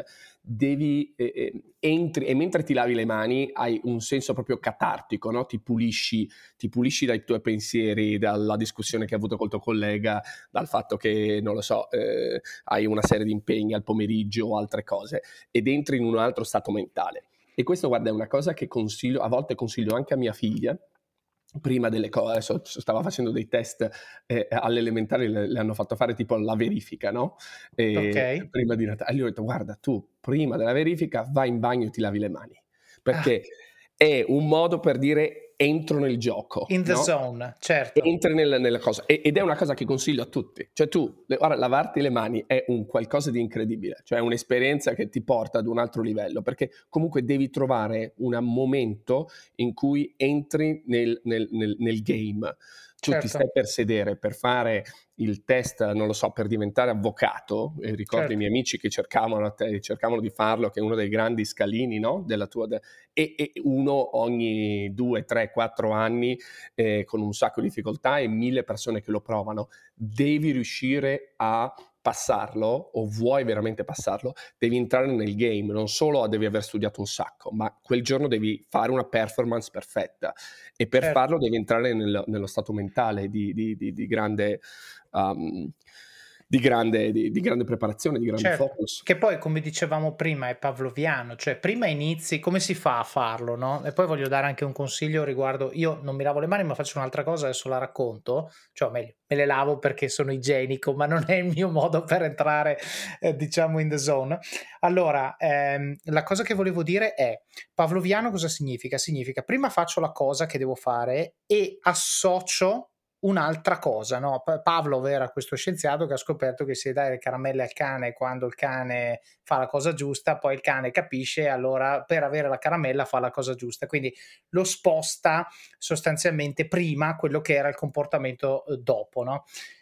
entri, e mentre ti lavi le mani hai un senso proprio catartico, no? Ti pulisci dai tuoi pensieri, dalla discussione che hai avuto col tuo collega, dal fatto che, non lo so, hai una serie di impegni al pomeriggio o altre cose, ed entri in un altro stato mentale. E questo, guarda, è una cosa che consiglio, a volte consiglio anche a mia figlia. Prima delle cose, adesso stava facendo dei test alle elementari, le hanno fatto fare tipo la verifica, no?
Ok.
Prima di Natale. Gli ho detto: guarda, tu prima della verifica vai in bagno e ti lavi le mani, perché è un modo per dire entro nel gioco,
In the
no?
zone, certo.
Entri nella cosa, ed è una cosa che consiglio a tutti. Cioè guarda, lavarti le mani è un qualcosa di incredibile, cioè è un'esperienza che ti porta ad un altro livello, perché comunque devi trovare un momento in cui entri nel game. Tu ti
Certo.
stai per sedere per fare il test, non lo so, per diventare avvocato, e ricordo i
Certo.
miei amici che cercavano di farlo, che è uno dei grandi scalini, no? E uno ogni 2, 3, 4 anni, con un sacco di difficoltà, e 1000 persone che lo provano. Devi riuscire a passarlo, o vuoi veramente passarlo, devi entrare nel game. Non solo devi aver studiato un sacco, ma quel giorno devi fare una performance perfetta, e per
Certo.
farlo devi entrare nello stato mentale di grande preparazione, di grande
Certo,
focus.
che poi, come dicevamo prima, è pavloviano, cioè prima inizi, come si fa a farlo, no? E poi voglio dare anche un consiglio riguardo, io non mi lavo le mani ma faccio un'altra cosa, adesso la racconto, cioè o meglio, me le lavo perché sono igienico, ma non è il mio modo per entrare, diciamo, in the zone. Allora, la cosa che volevo dire è, pavloviano cosa significa? Significa prima faccio la cosa che devo fare e associo un'altra cosa, no? Pavlov era questo scienziato che ha scoperto che se dai le caramelle al cane quando il cane fa la cosa giusta, poi il cane capisce, allora per avere la caramella fa la cosa giusta, quindi lo sposta sostanzialmente prima quello che era il comportamento dopo, no?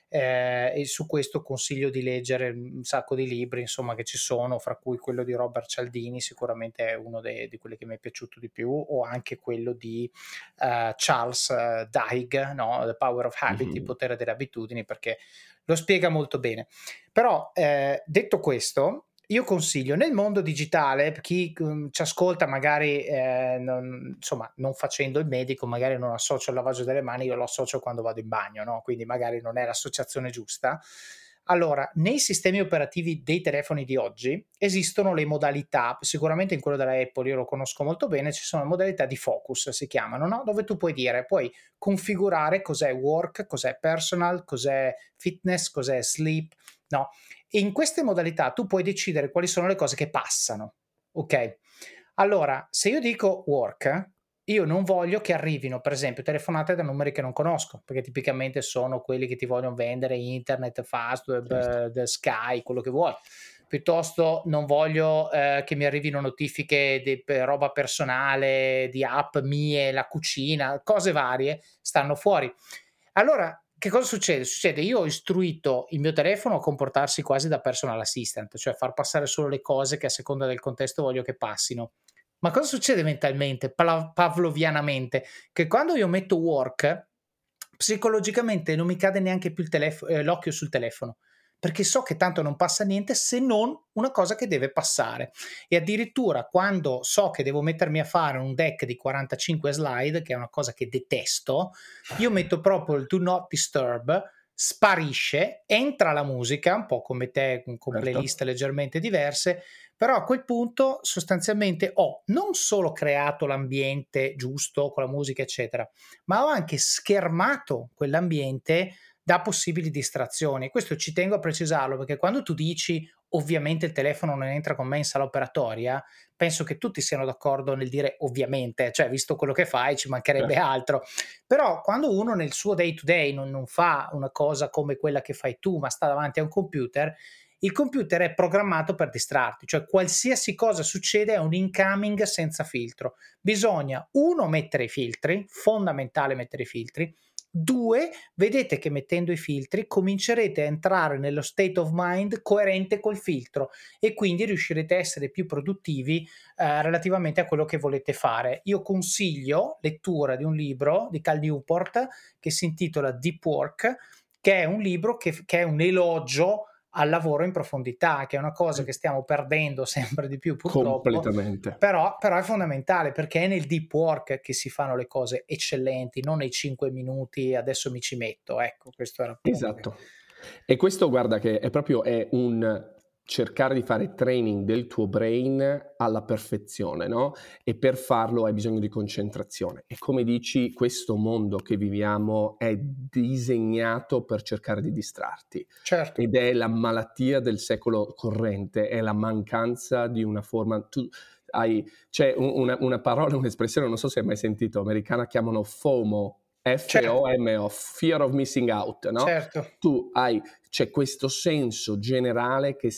E su questo consiglio di leggere un sacco di libri, insomma, che ci sono, fra cui quello di Robert Cialdini, sicuramente è uno di quelli che mi è piaciuto di più, o anche quello di Charles Duhigg, no? The Power of Habit, il potere delle abitudini, perché lo spiega molto bene. Però detto questo, io consiglio nel mondo digitale, chi ci ascolta magari insomma, non facendo il medico, magari non associo il lavaggio delle mani, io lo associo quando vado in bagno, no? Quindi magari non è l'associazione giusta. Allora, nei sistemi operativi dei telefoni di oggi esistono le modalità, sicuramente in quello della Apple io lo conosco molto bene, ci sono modalità di focus, si chiamano, no? Dove tu puoi configurare cos'è work, cos'è personal, cos'è fitness, cos'è sleep, no? E in queste modalità tu puoi decidere quali sono le cose che passano, ok? Allora, se io dico work, io non voglio che arrivino, per esempio, telefonate da numeri che non conosco, perché tipicamente sono quelli che ti vogliono vendere internet, Fastweb,
Certo.
Sky, quello che vuoi. Piuttosto non voglio che mi arrivino notifiche di roba personale, di app mie, la cucina, cose varie, stanno fuori. Allora, che cosa succede? Succede, io ho istruito il mio telefono a comportarsi quasi da personal assistant, cioè far passare solo le cose che a seconda del contesto voglio che passino. Ma cosa succede mentalmente, pavlovianamente? Che quando io metto work, psicologicamente non mi cade neanche più l'occhio sul telefono, perché so che tanto non passa niente se non una cosa che deve passare. E addirittura quando so che devo mettermi a fare un deck di 45 slide, che è una cosa che detesto, io metto proprio il do not disturb, sparisce, entra la musica, un po' come te, con
certo.
playlist leggermente diverse, però a quel punto sostanzialmente ho non solo creato l'ambiente giusto con la musica, eccetera, ma ho anche schermato quell'ambiente da possibili distrazioni. Questo ci tengo a precisarlo, perché quando tu dici ovviamente il telefono non entra con me in sala operatoria, penso che tutti siano d'accordo nel dire ovviamente, cioè visto quello che fai ci mancherebbe altro. Però quando uno nel suo day to day non fa una cosa come quella che fai tu, ma sta davanti a un computer, il computer è programmato per distrarti, cioè qualsiasi cosa succede è un incoming senza filtro. Bisogna, uno, mettere i filtri, fondamentale mettere i filtri. Due, vedete che mettendo i filtri comincerete a entrare nello state of mind coerente col filtro e quindi riuscirete a essere più produttivi relativamente a quello che volete fare. Io consiglio lettura di un libro di Cal Newport che si intitola Deep Work, che è un libro che è un elogio al lavoro in profondità, che è una cosa che stiamo perdendo sempre di più purtroppo,
Completamente.
però è fondamentale, perché è nel deep work che si fanno le cose eccellenti, non nei 5 minuti adesso mi ci metto, ecco, questo era il punto.
Esatto. E questo guarda che è un cercare di fare training del tuo brain alla perfezione, no? E per farlo hai bisogno di concentrazione. E come dici, questo mondo che viviamo è disegnato per cercare di distrarti.
Certo.
Ed è la malattia del secolo corrente, è la mancanza di una forma. C'è una parola, un'espressione, non so se hai mai sentito, americana, chiamano FOMO,
Certo,
FOMO, Fear of Missing Out, no?
certo.
C'è questo senso generale che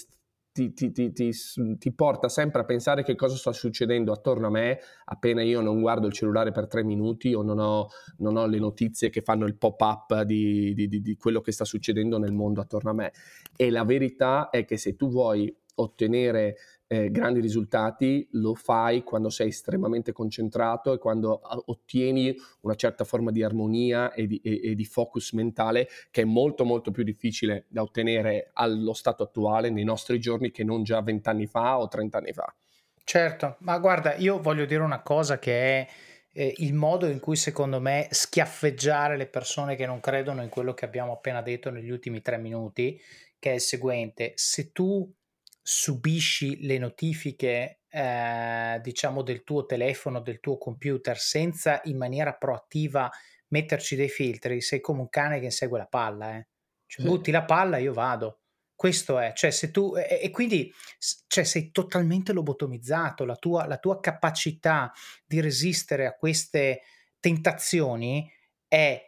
ti porta sempre a pensare che cosa sta succedendo attorno a me appena io non guardo il cellulare per 3 minuti o non ho le notizie che fanno il pop-up di quello che sta succedendo nel mondo attorno a me. E la verità è che se tu vuoi ottenere grandi risultati lo fai quando sei estremamente concentrato e quando ottieni una certa forma di armonia e di focus mentale, che è molto molto più difficile da ottenere allo stato attuale nei nostri giorni che non già 20 anni fa o 30 anni fa.
Certo, ma guarda, io voglio dire una cosa che è il modo in cui secondo me schiaffeggiare le persone che non credono in quello che abbiamo appena detto negli ultimi 3 minuti, che è il seguente: se tu subisci le notifiche, diciamo, del tuo telefono, del tuo computer, senza in maniera proattiva metterci dei filtri, sei come un cane che insegue la palla, eh. Cioè,
Sì.
butti la palla, io vado. Questo è, cioè se tu e quindi cioè sei totalmente lobotomizzato, la tua capacità di resistere a queste tentazioni è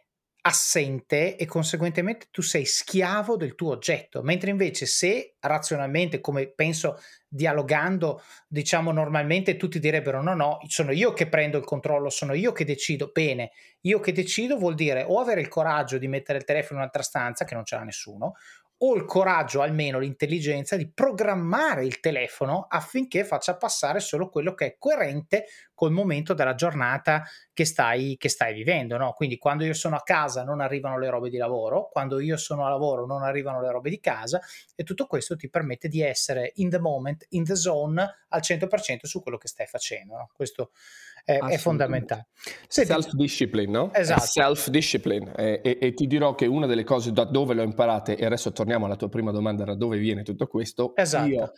assente e conseguentemente tu sei schiavo del tuo oggetto, mentre invece se razionalmente, come penso dialogando, diciamo normalmente tutti direbbero: "No, no, sono io che prendo il controllo, sono io che decido". Bene, io che decido vuol dire o avere il coraggio di mettere il telefono in un'altra stanza, che non ce l'ha nessuno, o il coraggio, almeno l'intelligenza, di programmare il telefono affinché faccia passare solo quello che è coerente col momento della giornata che stai vivendo, no? Quindi quando io sono a casa non arrivano le robe di lavoro, quando io sono a lavoro non arrivano le robe di casa, e tutto questo ti permette di essere in the moment, in the zone al 100% su quello che stai facendo, no? Questo è
Assolutamente.
fondamentale. Senti,
Self-discipline, no? È
esatto,
self-discipline. E ti dirò che una delle cose da dove l'ho imparate, e adesso torniamo alla tua prima domanda, da dove viene tutto questo,
esatto.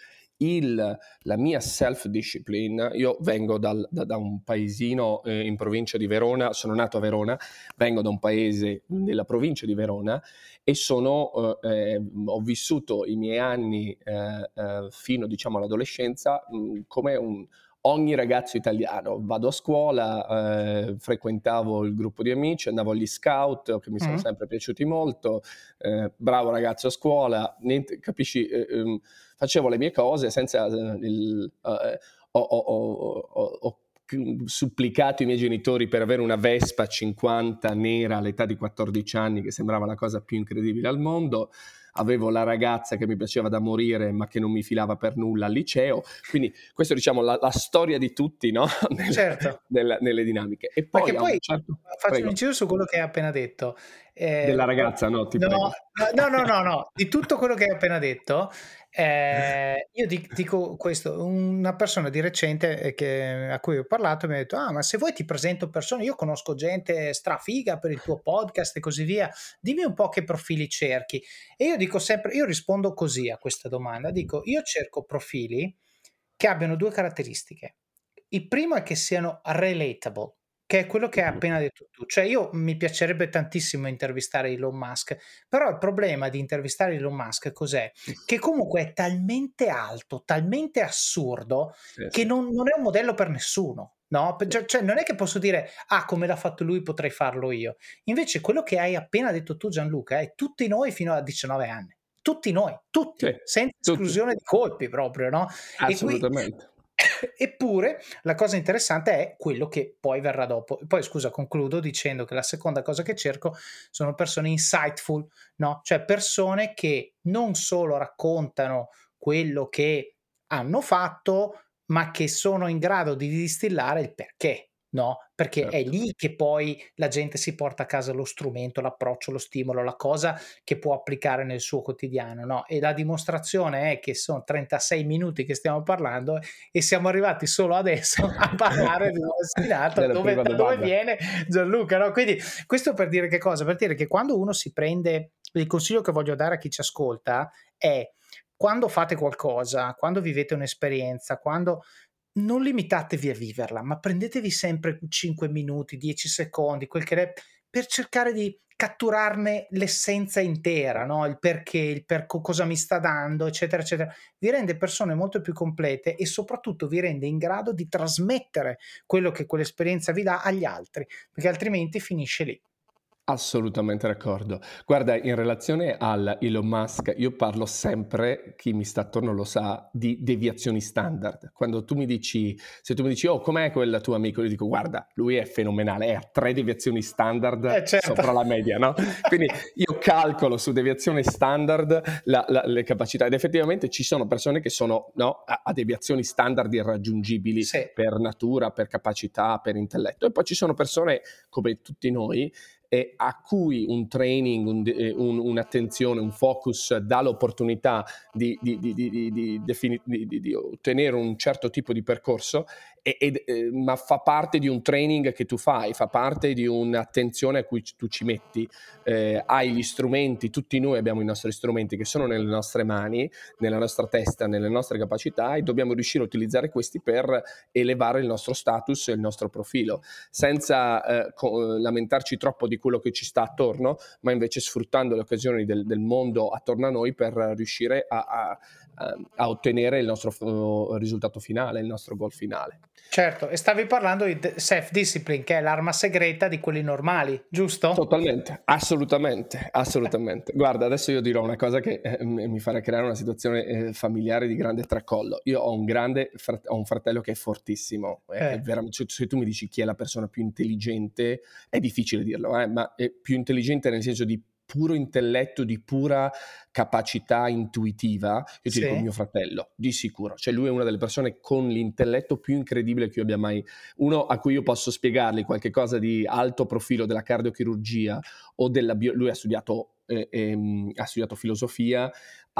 la mia self-discipline, io vengo da un paesino in provincia di Verona, sono nato a Verona, vengo da un paese nella provincia di Verona e ho vissuto i miei anni fino, diciamo, all'adolescenza come ogni ragazzo italiano. Vado a scuola, frequentavo il gruppo di amici, andavo agli scout che mi sono sempre piaciuti molto, bravo ragazzo a scuola, niente, capisci, facevo le mie cose senza ho supplicato i miei genitori per avere una Vespa 50 nera all'età di 14 anni, che sembrava la cosa più incredibile al mondo. Avevo la ragazza che mi piaceva da morire ma che non mi filava per nulla al liceo, quindi questo, diciamo, la storia di tutti, no?
Certo.
Nelle dinamiche. E
Ma
poi
che
a un
poi
certo.
faccio un
Prego.
inciso su quello che hai appena detto.
Della ragazza, no, ti
No,
prego.
no, no, no, no, di tutto quello che hai appena detto, Io dico questo, una persona di recente a cui ho parlato mi ha detto: "Ah, ma se vuoi ti presento persone, io conosco gente strafiga per il tuo podcast e così via, dimmi un po' che profili cerchi". E io dico sempre, io rispondo così a questa domanda, dico: "Io cerco profili che abbiano 2 caratteristiche. Il primo è che siano relatable, che è quello che hai
Mh-mh.
appena detto tu. Cioè io mi piacerebbe tantissimo intervistare Elon Musk, però il problema di intervistare Elon Musk cos'è? Che comunque è talmente alto, talmente assurdo,
Sì,
che
sì,
non è un modello per nessuno, no, p
sì.
cioè non è che posso dire: "Ah, come l'ha fatto lui potrei farlo io". Invece quello che hai appena detto tu Gianluca è tutti noi fino a 19 anni. Tutti noi,
Sì,
tutti, senza
tutti,
esclusione di colpi proprio, no, e qui
assolutamente.
eppure la cosa interessante è quello che poi verrà dopo. Poi scusa, concludo dicendo che la seconda cosa che cerco sono persone insightful, no, cioè persone che non solo raccontano quello che hanno fatto, ma che sono in grado di distillare il perché. No, perché è
Certo.
lì che poi la gente si porta a casa lo strumento, l'approccio, lo stimolo, la cosa che può applicare nel suo quotidiano, no? E la dimostrazione è che sono 36 minuti che stiamo parlando e siamo arrivati solo adesso a parlare di uno vaccinato,
Della prima
da dove
domanda.
viene Gianluca, no? Quindi questo per dire che cosa? Per dire che quando uno si prende, il consiglio che voglio dare a chi ci ascolta è: quando fate qualcosa, quando vivete un'esperienza, quando non limitatevi a viverla, ma prendetevi sempre 5 minuti, 10 secondi, quel che è, per cercare di catturarne l'essenza intera, no? Il perché, cosa mi sta dando, eccetera, eccetera. Vi rende persone molto più complete e soprattutto vi rende in grado di trasmettere quello che quell'esperienza vi dà agli altri, perché altrimenti finisce lì.
Assolutamente d'accordo. Guarda, in relazione al Elon Musk, io parlo sempre, chi mi sta attorno lo sa, di deviazioni standard. Quando tu mi dici, se tu mi dici, oh, com'è quel tuo amico? Io dico, guarda, lui è fenomenale, è a 3 deviazioni standard
Certo.
sopra la media, no? Quindi io calcolo su deviazione standard le capacità ed effettivamente ci sono persone che sono, no, a deviazioni standard irraggiungibili
Sì,
per natura, per capacità, per intelletto. E poi ci sono persone come tutti noi a cui un training, un'attenzione, un focus dà l'opportunità di ottenere un certo tipo di percorso, ma fa parte di un training che tu fai, fa parte di un'attenzione a cui tu ci metti. Hai gli strumenti, tutti noi abbiamo i nostri strumenti che sono nelle nostre mani, nella nostra testa, nelle nostre capacità e dobbiamo riuscire a utilizzare questi per elevare il nostro status e il nostro profilo senza lamentarci troppo di quello che ci sta attorno, ma invece sfruttando le occasioni del mondo attorno a noi per riuscire a ottenere il nostro risultato finale, il nostro goal finale.
certo. E stavi parlando di self-discipline, che è l'arma segreta di quelli normali, giusto?
Totalmente, assolutamente, assolutamente. Guarda, adesso io dirò una cosa che mi farà creare una situazione familiare di grande tracollo. Io ho ho un fratello che è fortissimo, è
Eh,
veramente, se tu mi dici chi è la persona più intelligente, è difficile dirlo, ma è più intelligente nel senso di puro intelletto, di pura capacità intuitiva, io ti dico
sì.
mio fratello, di sicuro. Cioè lui è una delle persone con l'intelletto più incredibile che io abbia mai uno a cui io posso spiegargli qualche cosa di alto profilo della cardiochirurgia o lui ha studiato filosofia,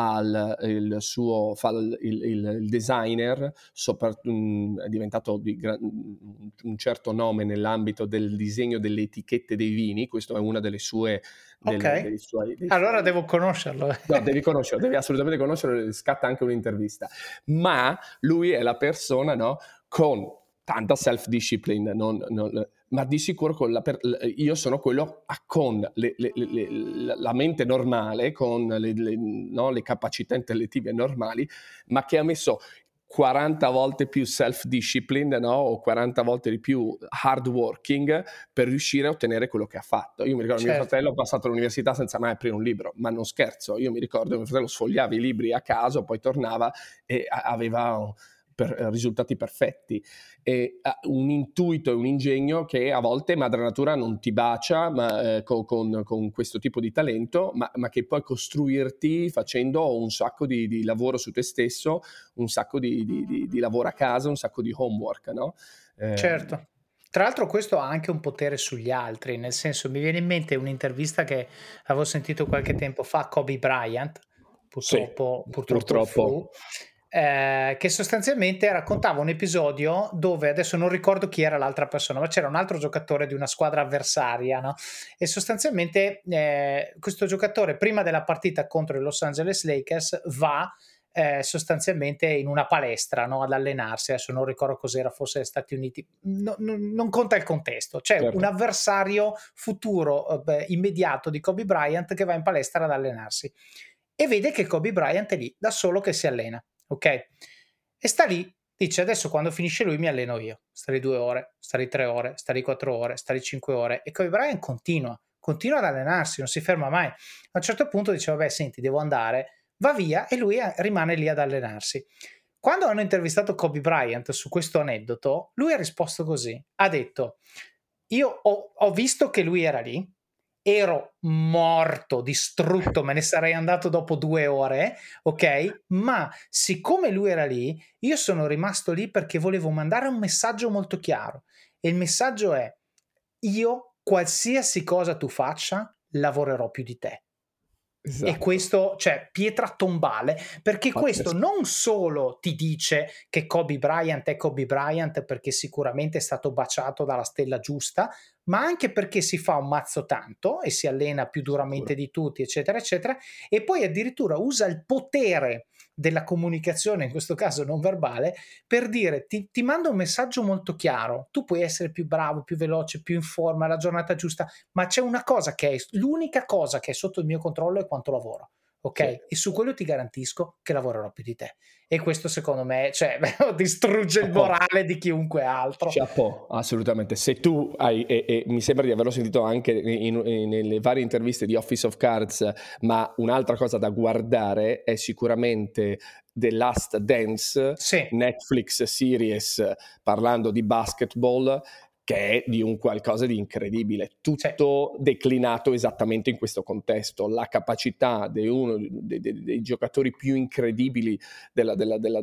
fa il designer, è diventato un certo nome nell'ambito del disegno delle etichette dei vini, questo è una delle sue,
Okay.
dei
Allora
suoi
devo conoscerlo.
no, devi conoscerlo, devi assolutamente conoscerlo, scatta anche un'intervista. Ma lui è la persona, no, con tanta self-discipline, ma di sicuro io sono quello con la mente normale, con no, le capacità intellettive normali, ma che ha messo 40 volte più self-discipline, no, o 40 volte di più hard working per riuscire a ottenere quello che ha fatto. Io mi ricordo mio
Certo.
fratello ha passato l'università senza mai aprire un libro, ma non scherzo, io mi ricordo mio fratello sfogliava i libri a caso, poi tornava e aveva risultati perfetti. E un intuito e un ingegno che a volte madre natura non ti bacia con questo tipo di talento, ma che puoi costruirti facendo un sacco di lavoro su te stesso, un sacco di lavoro a casa, un sacco di homework, no? Eh,
Certo. Tra l'altro questo ha anche un potere sugli altri, nel senso mi viene in mente un'intervista che avevo sentito qualche tempo fa a Kobe Bryant, purtroppo fu, che sostanzialmente raccontava un episodio dove, adesso non ricordo chi era l'altra persona, ma c'era un altro giocatore di una squadra avversaria, no? E sostanzialmente questo giocatore prima della partita contro i Los Angeles Lakers va sostanzialmente in una palestra, no? Ad allenarsi. Adesso non ricordo cos'era, forse Stati Uniti, non conta il contesto, c'è
Certo.
un avversario futuro immediato di Kobe Bryant che va in palestra ad allenarsi e vede che Kobe Bryant è lì da solo che si allena, ok? E sta lì, dice adesso quando finisce lui mi alleno io, sta lì 2 ore, sta lì 3 ore, sta lì 4 ore, sta lì 5 ore e Kobe Bryant continua ad allenarsi, non si ferma mai. A un certo punto dice vabbè senti devo andare, va via e lui rimane lì ad allenarsi. Quando hanno intervistato Kobe Bryant su questo aneddoto, lui ha risposto così, ha detto io ho visto che lui era lì, ero morto, distrutto, me ne sarei andato dopo 2 ore, ok? Ma siccome lui era lì, io sono rimasto lì perché volevo mandare un messaggio molto chiaro e il messaggio è io qualsiasi cosa tu faccia lavorerò più di te.
Esatto.
E questo, cioè, pietra tombale, perché questo
Pazzesco.
non solo ti dice che Kobe Bryant è Kobe Bryant perché sicuramente è stato baciato dalla stella giusta, ma anche perché si fa un mazzo tanto e si allena più duramente di tutti, eccetera, eccetera, e poi addirittura usa il potere della comunicazione, in questo caso non verbale, per dire ti mando un messaggio molto chiaro, tu puoi essere più bravo, più veloce, più in forma, la giornata giusta, ma c'è una cosa che è l'unica cosa che è sotto il mio controllo è quanto lavoro, ok?
Sì.
E su quello ti garantisco che lavorerò più di te. E questo secondo me, cioè, distrugge il
Chapeau.
morale di chiunque altro.
Chapeau, assolutamente. Se tu hai, e mi sembra di averlo sentito anche nelle varie interviste di Office of Cards, ma un'altra cosa da guardare è sicuramente The Last Dance,
Sì.
Netflix series parlando di basketball, che è di un qualcosa di incredibile, tutto declinato esattamente in questo contesto, la capacità di uno dei giocatori più incredibili della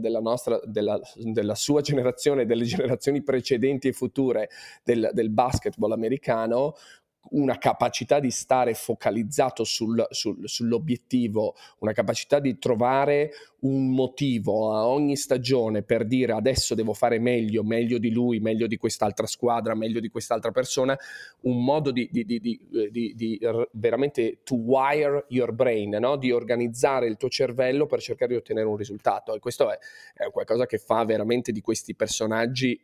sua generazione, delle generazioni precedenti e future del basketball americano, una capacità di stare focalizzato sull'obiettivo, una capacità di trovare un motivo a ogni stagione per dire adesso devo fare meglio di lui, meglio di quest'altra squadra, meglio di quest'altra persona, un modo di veramente to wire your brain, no? Di organizzare il tuo cervello per cercare di ottenere un risultato, e questo è qualcosa che fa veramente di questi personaggi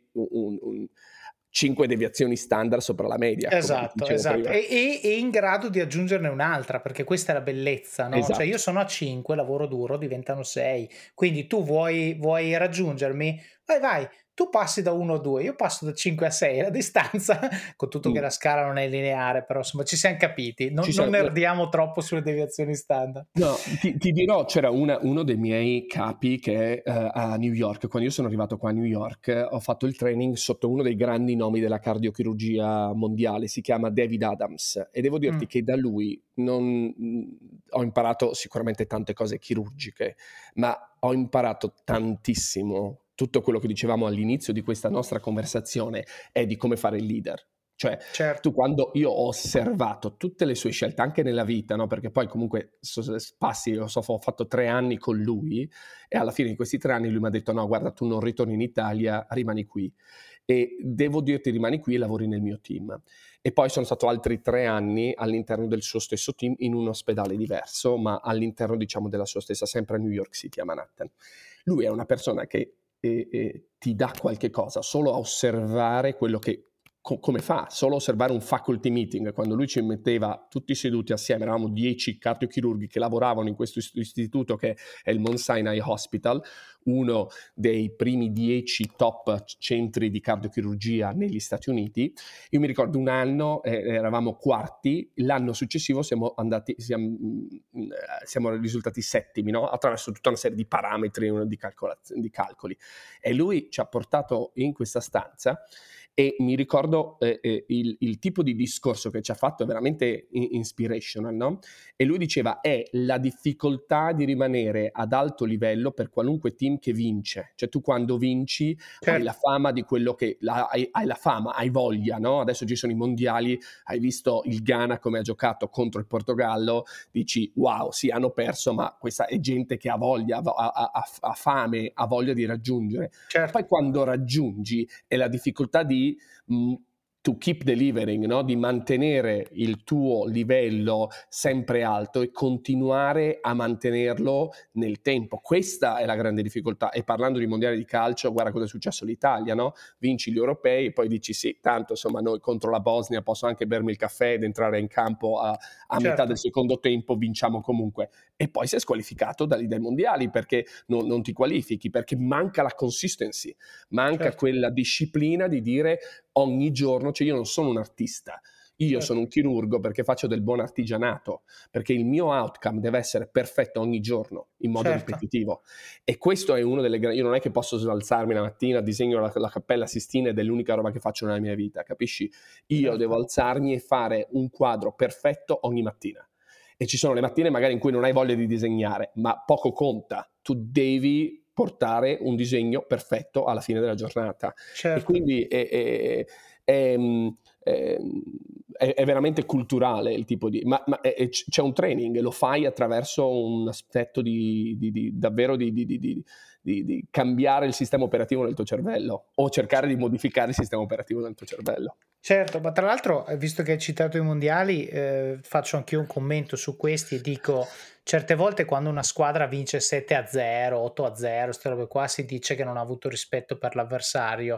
5 deviazioni standard sopra la media.
Esatto.
Prima.
E in grado di aggiungerne un'altra, perché questa è la bellezza, no?
Esatto.
Cioè io sono a 5, lavoro duro, diventano 6, quindi tu vuoi raggiungermi, vai, tu passi da 1 a 2, io passo da 5 a 6, la distanza, con tutto che la scala non è lineare, però insomma ci siamo capiti, non nerdiamo troppo sulle deviazioni standard.
No, ti dirò, c'era uno dei miei capi che a New York, quando io sono arrivato qua a New York, ho fatto il training sotto uno dei grandi nomi della cardiochirurgia mondiale, si chiama David Adams, e devo dirti che da lui ho imparato sicuramente tante cose chirurgiche, ma ho imparato tantissimo. Tutto quello che dicevamo all'inizio di questa nostra conversazione è di come fare il leader. Cioè, tu quando io ho osservato tutte le sue scelte, anche nella vita, no? Perché poi comunque ho fatto 3 anni con lui, e alla fine di questi 3 anni lui mi ha detto no, guarda, tu non ritorni in Italia, rimani qui. E devo dirti, rimani qui e lavori nel mio team. E poi sono stato altri 3 anni all'interno del suo stesso team, in un ospedale diverso, ma all'interno, diciamo, della sua stessa, sempre a New York City, a Manhattan. Lui è una persona che ti dà qualche cosa solo a osservare quello che come fa, solo osservare un faculty meeting, quando lui ci metteva tutti seduti assieme, eravamo 10 cardiochirurghi che lavoravano in questo istituto che è il Mount Sinai Hospital, uno dei primi 10 top centri di cardiochirurgia negli Stati Uniti. Io mi ricordo un anno eravamo quarti, l'anno successivo siamo risultati settimi, no? Attraverso tutta una serie di parametri, di calcoli, e lui ci ha portato in questa stanza E mi ricordo il tipo di discorso che ci ha fatto è veramente inspirational, no? E lui diceva è la difficoltà di rimanere ad alto livello per qualunque team che vince. Cioè tu quando vinci hai la fama di quello che hai la fama, hai voglia, no? Adesso ci sono i mondiali, hai visto il Ghana come ha giocato contro il Portogallo, dici wow, sì, hanno perso, ma questa è gente che ha voglia, ha fame, ha voglia di raggiungere.
Certo.
Poi quando raggiungi è la difficoltà di to keep delivering, no? Di mantenere il tuo livello sempre alto e continuare a mantenerlo nel tempo. Questa è la grande difficoltà. E parlando di mondiali di calcio, guarda cosa è successo all'Italia, no? Vinci gli europei, poi dici sì, tanto insomma noi contro la Bosnia posso anche bermi il caffè ed entrare in campo a metà del secondo tempo, vinciamo comunque. E poi sei squalificato dai mondiali perché non ti qualifichi, perché manca la consistency, manca quella disciplina di dire ogni giorno, cioè io non sono un artista, io sono un chirurgo perché faccio del buon artigianato, perché il mio outcome deve essere perfetto ogni giorno, in modo ripetitivo. E questo è uno delle io non è che posso alzarmi la mattina, disegno la Cappella Sistina ed è l'unica roba che faccio nella mia vita, capisci? Io devo alzarmi e fare un quadro perfetto ogni mattina. E ci sono le mattine magari in cui non hai voglia di disegnare, ma poco conta, tu devi portare un disegno perfetto alla fine della giornata. E quindi è veramente culturale il tipo di... Ma c'è un training, lo fai attraverso un aspetto davvero di cambiare il sistema operativo nel tuo cervello o cercare di modificare il sistema operativo nel tuo cervello.
Certo, ma tra l'altro, visto che hai citato i mondiali, faccio anch'io un commento su questi e dico, certe volte quando una squadra vince 7-0, 8-0, queste robe qua, si dice che non ha avuto rispetto per l'avversario.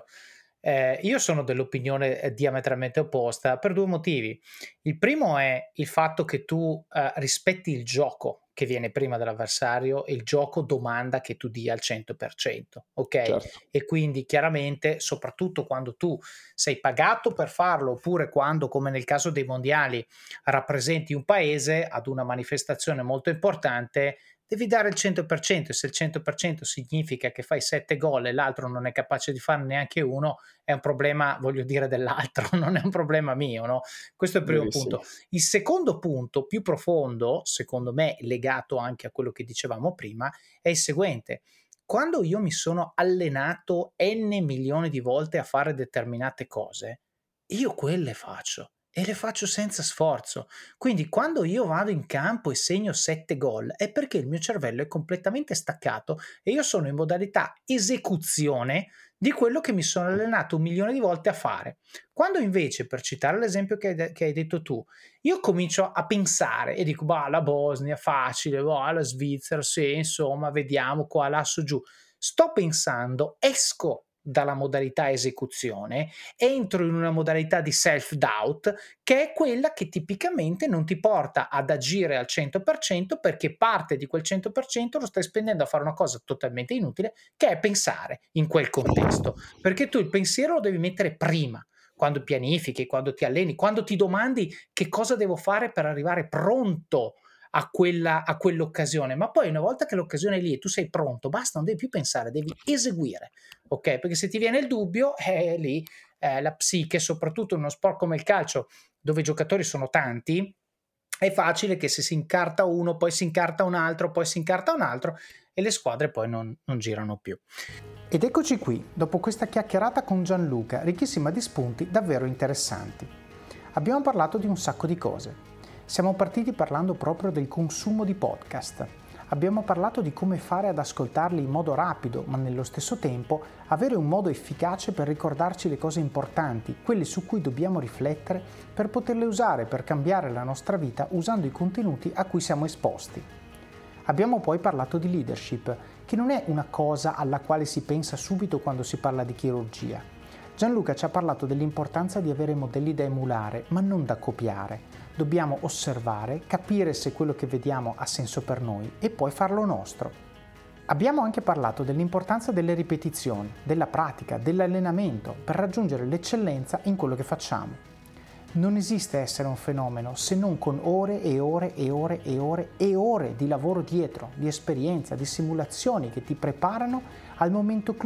Io sono dell'opinione diametralmente opposta per due motivi. Il primo è il fatto che tu rispetti il gioco che viene prima dell'avversario e il gioco domanda che tu dia al 100%, ok?
Certo.
E quindi chiaramente, soprattutto quando tu sei pagato per farlo oppure quando, come nel caso dei mondiali, rappresenti un paese ad una manifestazione molto importante, devi dare il 100%. Se il 100% significa che fai 7 gol e l'altro non è capace di farne neanche uno, è un problema, voglio dire, dell'altro, non è un problema mio, no? Questo è il primo punto. Il secondo punto, più profondo, secondo me legato anche a quello che dicevamo prima, è il seguente. Quando io mi sono allenato n milioni di volte a fare determinate cose, io quelle faccio e le faccio senza sforzo. Quindi quando io vado in campo e segno 7 gol è perché il mio cervello è completamente staccato e io sono in modalità esecuzione di quello che mi sono allenato 1 milione di volte a fare. Quando invece, per citare l'esempio che hai detto tu, io comincio a pensare e dico, bah, la Bosnia, facile, bah, la Svizzera, sì, insomma, vediamo qua, là, su, giù. Sto pensando, esco dalla modalità esecuzione, entro in una modalità di self-doubt che è quella che tipicamente non ti porta ad agire al 100% perché parte di quel 100% lo stai spendendo a fare una cosa totalmente inutile che è pensare in quel contesto, perché tu il pensiero lo devi mettere prima, quando pianifichi, quando ti alleni, quando ti domandi che cosa devo fare per arrivare pronto a quell'occasione, ma poi una volta che l'occasione è lì e tu sei pronto, basta, non devi più pensare, devi eseguire, ok? Perché se ti viene il dubbio, è lì la psiche, soprattutto in uno sport come il calcio, dove i giocatori sono tanti, è facile che se si incarta uno, poi si incarta un altro, poi si incarta un altro e le squadre poi non girano più. Ed eccoci qui, dopo questa chiacchierata con Gianluca, ricchissima di spunti davvero interessanti. Abbiamo parlato di un sacco di cose. Siamo partiti parlando proprio del consumo di podcast. Abbiamo parlato di come fare ad ascoltarli in modo rapido, ma nello stesso tempo avere un modo efficace per ricordarci le cose importanti, quelle su cui dobbiamo riflettere per poterle usare per cambiare la nostra vita usando i contenuti a cui siamo esposti. Abbiamo poi parlato di leadership, che non è una cosa alla quale si pensa subito quando si parla di chirurgia. Gianluca ci ha parlato dell'importanza di avere modelli da emulare, ma non da copiare. Dobbiamo osservare, capire se quello che vediamo ha senso per noi e poi farlo nostro. Abbiamo anche parlato dell'importanza delle ripetizioni, della pratica, dell'allenamento per raggiungere l'eccellenza in quello che facciamo. Non esiste essere un fenomeno se non con ore e ore e ore e ore e ore di lavoro dietro, di esperienza, di simulazioni che ti preparano al momento clou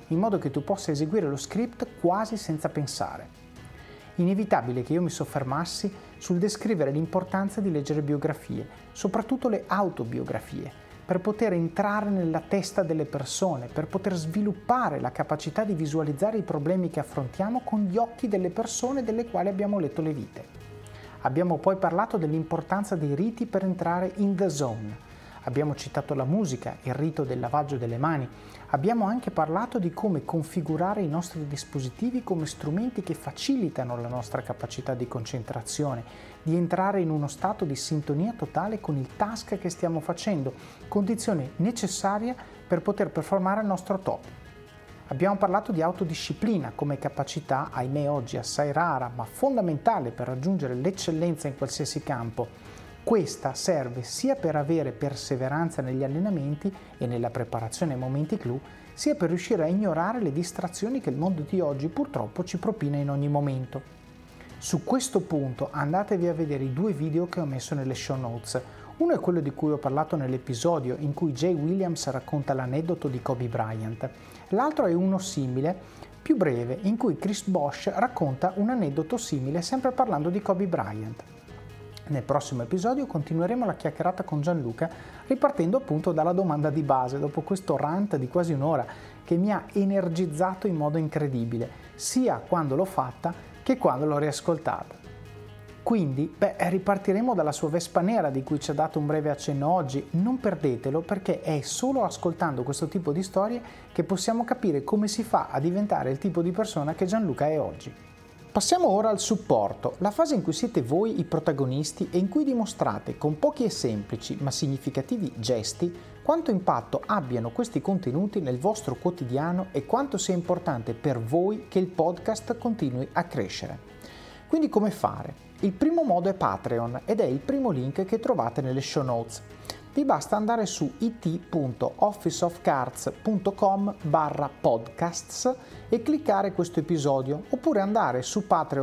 in modo che tu possa eseguire lo script quasi senza pensare. Inevitabile che io mi soffermassi sul descrivere l'importanza di leggere biografie, soprattutto le autobiografie, per poter entrare nella testa delle persone, per poter sviluppare la capacità di visualizzare i problemi che affrontiamo con gli occhi delle persone delle quali abbiamo letto le vite. Abbiamo poi parlato dell'importanza dei riti per entrare in the zone. Abbiamo citato la musica, il rito del lavaggio delle mani. Abbiamo anche parlato di come configurare i nostri dispositivi come strumenti che facilitano la nostra capacità di concentrazione, di entrare in uno stato di sintonia totale con il task che stiamo facendo, condizione necessaria per poter performare al nostro top. Abbiamo parlato di autodisciplina come capacità, ahimè oggi assai rara, ma fondamentale per raggiungere l'eccellenza in qualsiasi campo. Questa serve sia per avere perseveranza negli allenamenti e nella preparazione ai momenti clou, sia per riuscire a ignorare le distrazioni che il mondo di oggi purtroppo ci propina in ogni momento. Su questo punto andatevi a vedere i 2 video che ho messo nelle show notes. Uno è quello di cui ho parlato nell'episodio in cui Jay Williams racconta l'aneddoto di Kobe Bryant. L'altro è uno simile, più breve, in cui Chris Bosh racconta un aneddoto simile sempre parlando di Kobe Bryant. Nel prossimo episodio continueremo la chiacchierata con Gianluca ripartendo appunto dalla domanda di base dopo questo rant di quasi un'ora che mi ha energizzato in modo incredibile, sia quando l'ho fatta che quando l'ho riascoltata. Quindi, ripartiremo dalla sua Vespa nera di cui ci ha dato un breve accenno oggi, non perdetelo perché è solo ascoltando questo tipo di storie che possiamo capire come si fa a diventare il tipo di persona che Gianluca è oggi. Passiamo ora al supporto, la fase in cui siete voi i protagonisti e in cui dimostrate con pochi e semplici ma significativi gesti quanto impatto abbiano questi contenuti nel vostro quotidiano e quanto sia importante per voi che il podcast continui a crescere. Quindi come fare? Il primo modo è Patreon ed è il primo link che trovate nelle show notes. Vi basta andare su it.officeofcards.com/podcasts e cliccare questo episodio oppure andare su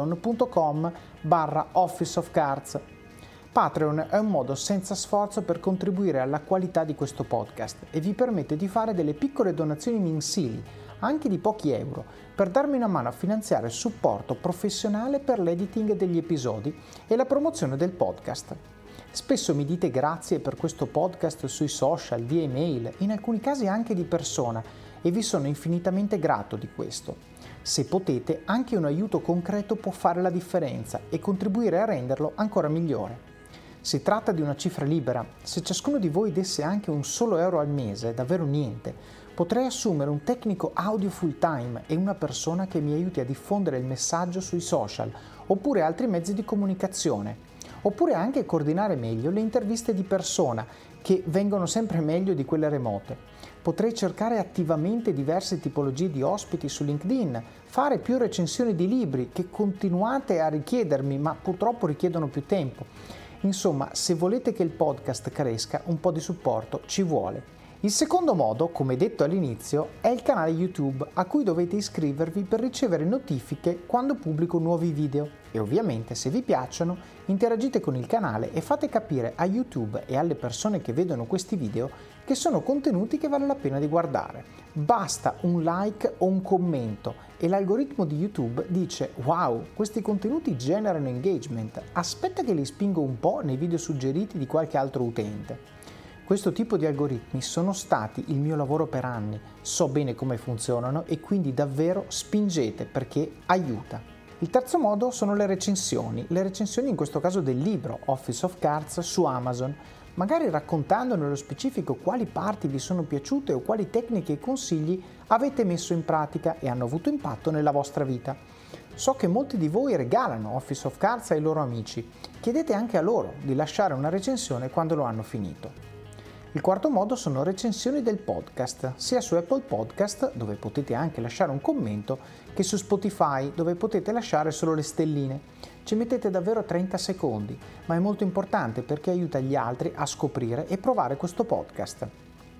patreon.com/officeofcards. Patreon è un modo senza sforzo per contribuire alla qualità di questo podcast e vi permette di fare delle piccole donazioni mensili, anche di pochi euro, per darmi una mano a finanziare il supporto professionale per l'editing degli episodi e la promozione del podcast. Spesso mi dite grazie per questo podcast sui social, via email, in alcuni casi anche di persona, e vi sono infinitamente grato di questo. Se potete, anche un aiuto concreto può fare la differenza e contribuire a renderlo ancora migliore. Si tratta di una cifra libera. Se ciascuno di voi desse anche un solo euro al mese, davvero niente, potrei assumere un tecnico audio full time e una persona che mi aiuti a diffondere il messaggio sui social, oppure altri mezzi di comunicazione. Oppure anche coordinare meglio le interviste di persona, che vengono sempre meglio di quelle remote. Potrei cercare attivamente diverse tipologie di ospiti su LinkedIn, fare più recensioni di libri che continuate a richiedermi, ma purtroppo richiedono più tempo. Insomma, se volete che il podcast cresca, un po' di supporto ci vuole. Il secondo modo, come detto all'inizio, è il canale YouTube a cui dovete iscrivervi per ricevere notifiche quando pubblico nuovi video e ovviamente se vi piacciono interagite con il canale e fate capire a YouTube e alle persone che vedono questi video che sono contenuti che vale la pena di guardare. Basta un like o un commento e l'algoritmo di YouTube dice wow, questi contenuti generano engagement, aspetta che li spingo un po' nei video suggeriti di qualche altro utente. Questo tipo di algoritmi sono stati il mio lavoro per anni, so bene come funzionano e quindi davvero spingete perché aiuta. Il terzo modo sono le recensioni in questo caso del libro Office of Cards su Amazon, magari raccontando nello specifico quali parti vi sono piaciute o quali tecniche e consigli avete messo in pratica e hanno avuto impatto nella vostra vita. So che molti di voi regalano Office of Cards ai loro amici, chiedete anche a loro di lasciare una recensione quando lo hanno finito. Il quarto modo sono recensioni del podcast, sia su Apple Podcast, dove potete anche lasciare un commento, che su Spotify, dove potete lasciare solo le stelline. Ci mettete davvero 30 secondi, ma è molto importante perché aiuta gli altri a scoprire e provare questo podcast.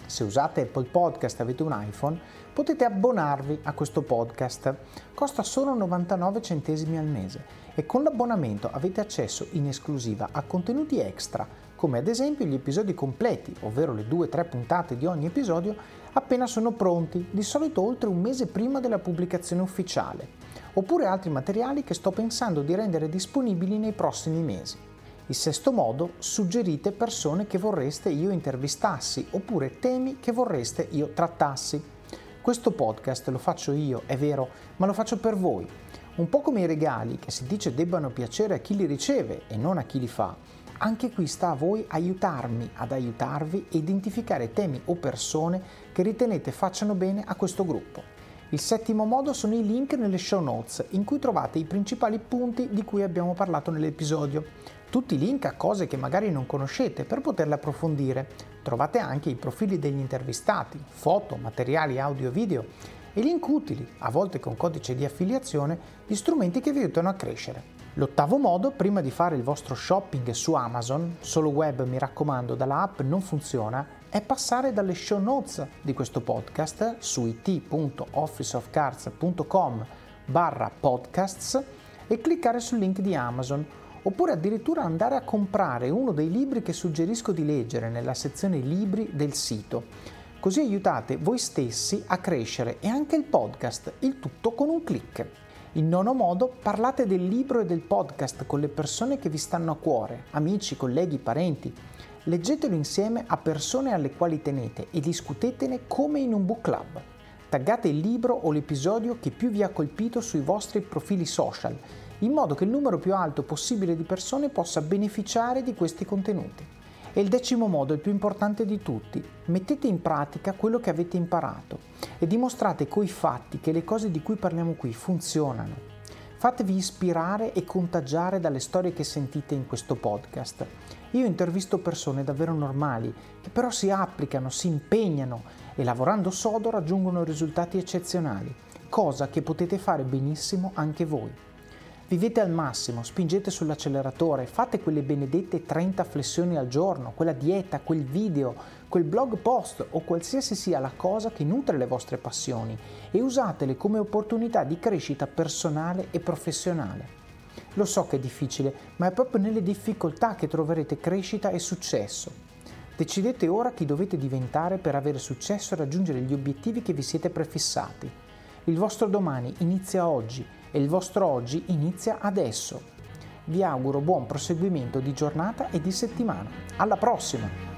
Se usate Apple Podcast e avete un iPhone, potete abbonarvi a questo podcast. Costa solo 99 centesimi al mese e con l'abbonamento avete accesso in esclusiva a contenuti extra, come ad esempio gli episodi completi, ovvero le 2-3 puntate di ogni episodio appena sono pronti, di solito oltre un mese prima della pubblicazione ufficiale, oppure altri materiali che sto pensando di rendere disponibili nei prossimi mesi. Il sesto modo, suggerite persone che vorreste io intervistassi oppure temi che vorreste io trattassi. Questo podcast lo faccio io, è vero, ma lo faccio per voi. Un po' come i regali che si dice debbano piacere a chi li riceve e non a chi li fa. Anche qui sta a voi aiutarmi ad aiutarvi e identificare temi o persone che ritenete facciano bene a questo gruppo. Il settimo modo sono i link nelle show notes, in cui trovate i principali punti di cui abbiamo parlato nell'episodio. Tutti i link a cose che magari non conoscete per poterle approfondire. Trovate anche i profili degli intervistati, foto, materiali audio e video e link utili, a volte con codice di affiliazione, di strumenti che vi aiutano a crescere. L'ottavo modo, prima di fare il vostro shopping su Amazon, solo web mi raccomando, dalla app non funziona, è passare dalle show notes di questo podcast su it.officeofcards.com/podcasts e cliccare sul link di Amazon, oppure addirittura andare a comprare uno dei libri che suggerisco di leggere nella sezione libri del sito. Così aiutate voi stessi a crescere e anche il podcast, il tutto con un click. Il nono modo, parlate del libro e del podcast con le persone che vi stanno a cuore, amici, colleghi, parenti. Leggetelo insieme a persone alle quali tenete e discutetene come in un book club. Taggate il libro o l'episodio che più vi ha colpito sui vostri profili social, in modo che il numero più alto possibile di persone possa beneficiare di questi contenuti. E il decimo modo, il più importante di tutti, mettete in pratica quello che avete imparato e dimostrate coi fatti che le cose di cui parliamo qui funzionano. Fatevi ispirare e contagiare dalle storie che sentite in questo podcast. Io intervisto persone davvero normali, che però si applicano, si impegnano e lavorando sodo raggiungono risultati eccezionali, cosa che potete fare benissimo anche voi. Vivete al massimo, spingete sull'acceleratore, fate quelle benedette 30 flessioni al giorno, quella dieta, quel video, quel blog post o qualsiasi sia la cosa che nutre le vostre passioni e usatele come opportunità di crescita personale e professionale. Lo so che è difficile, ma è proprio nelle difficoltà che troverete crescita e successo. Decidete ora chi dovete diventare per avere successo e raggiungere gli obiettivi che vi siete prefissati. Il vostro domani inizia oggi e il vostro oggi inizia adesso. Vi auguro buon proseguimento di giornata e di settimana. Alla prossima!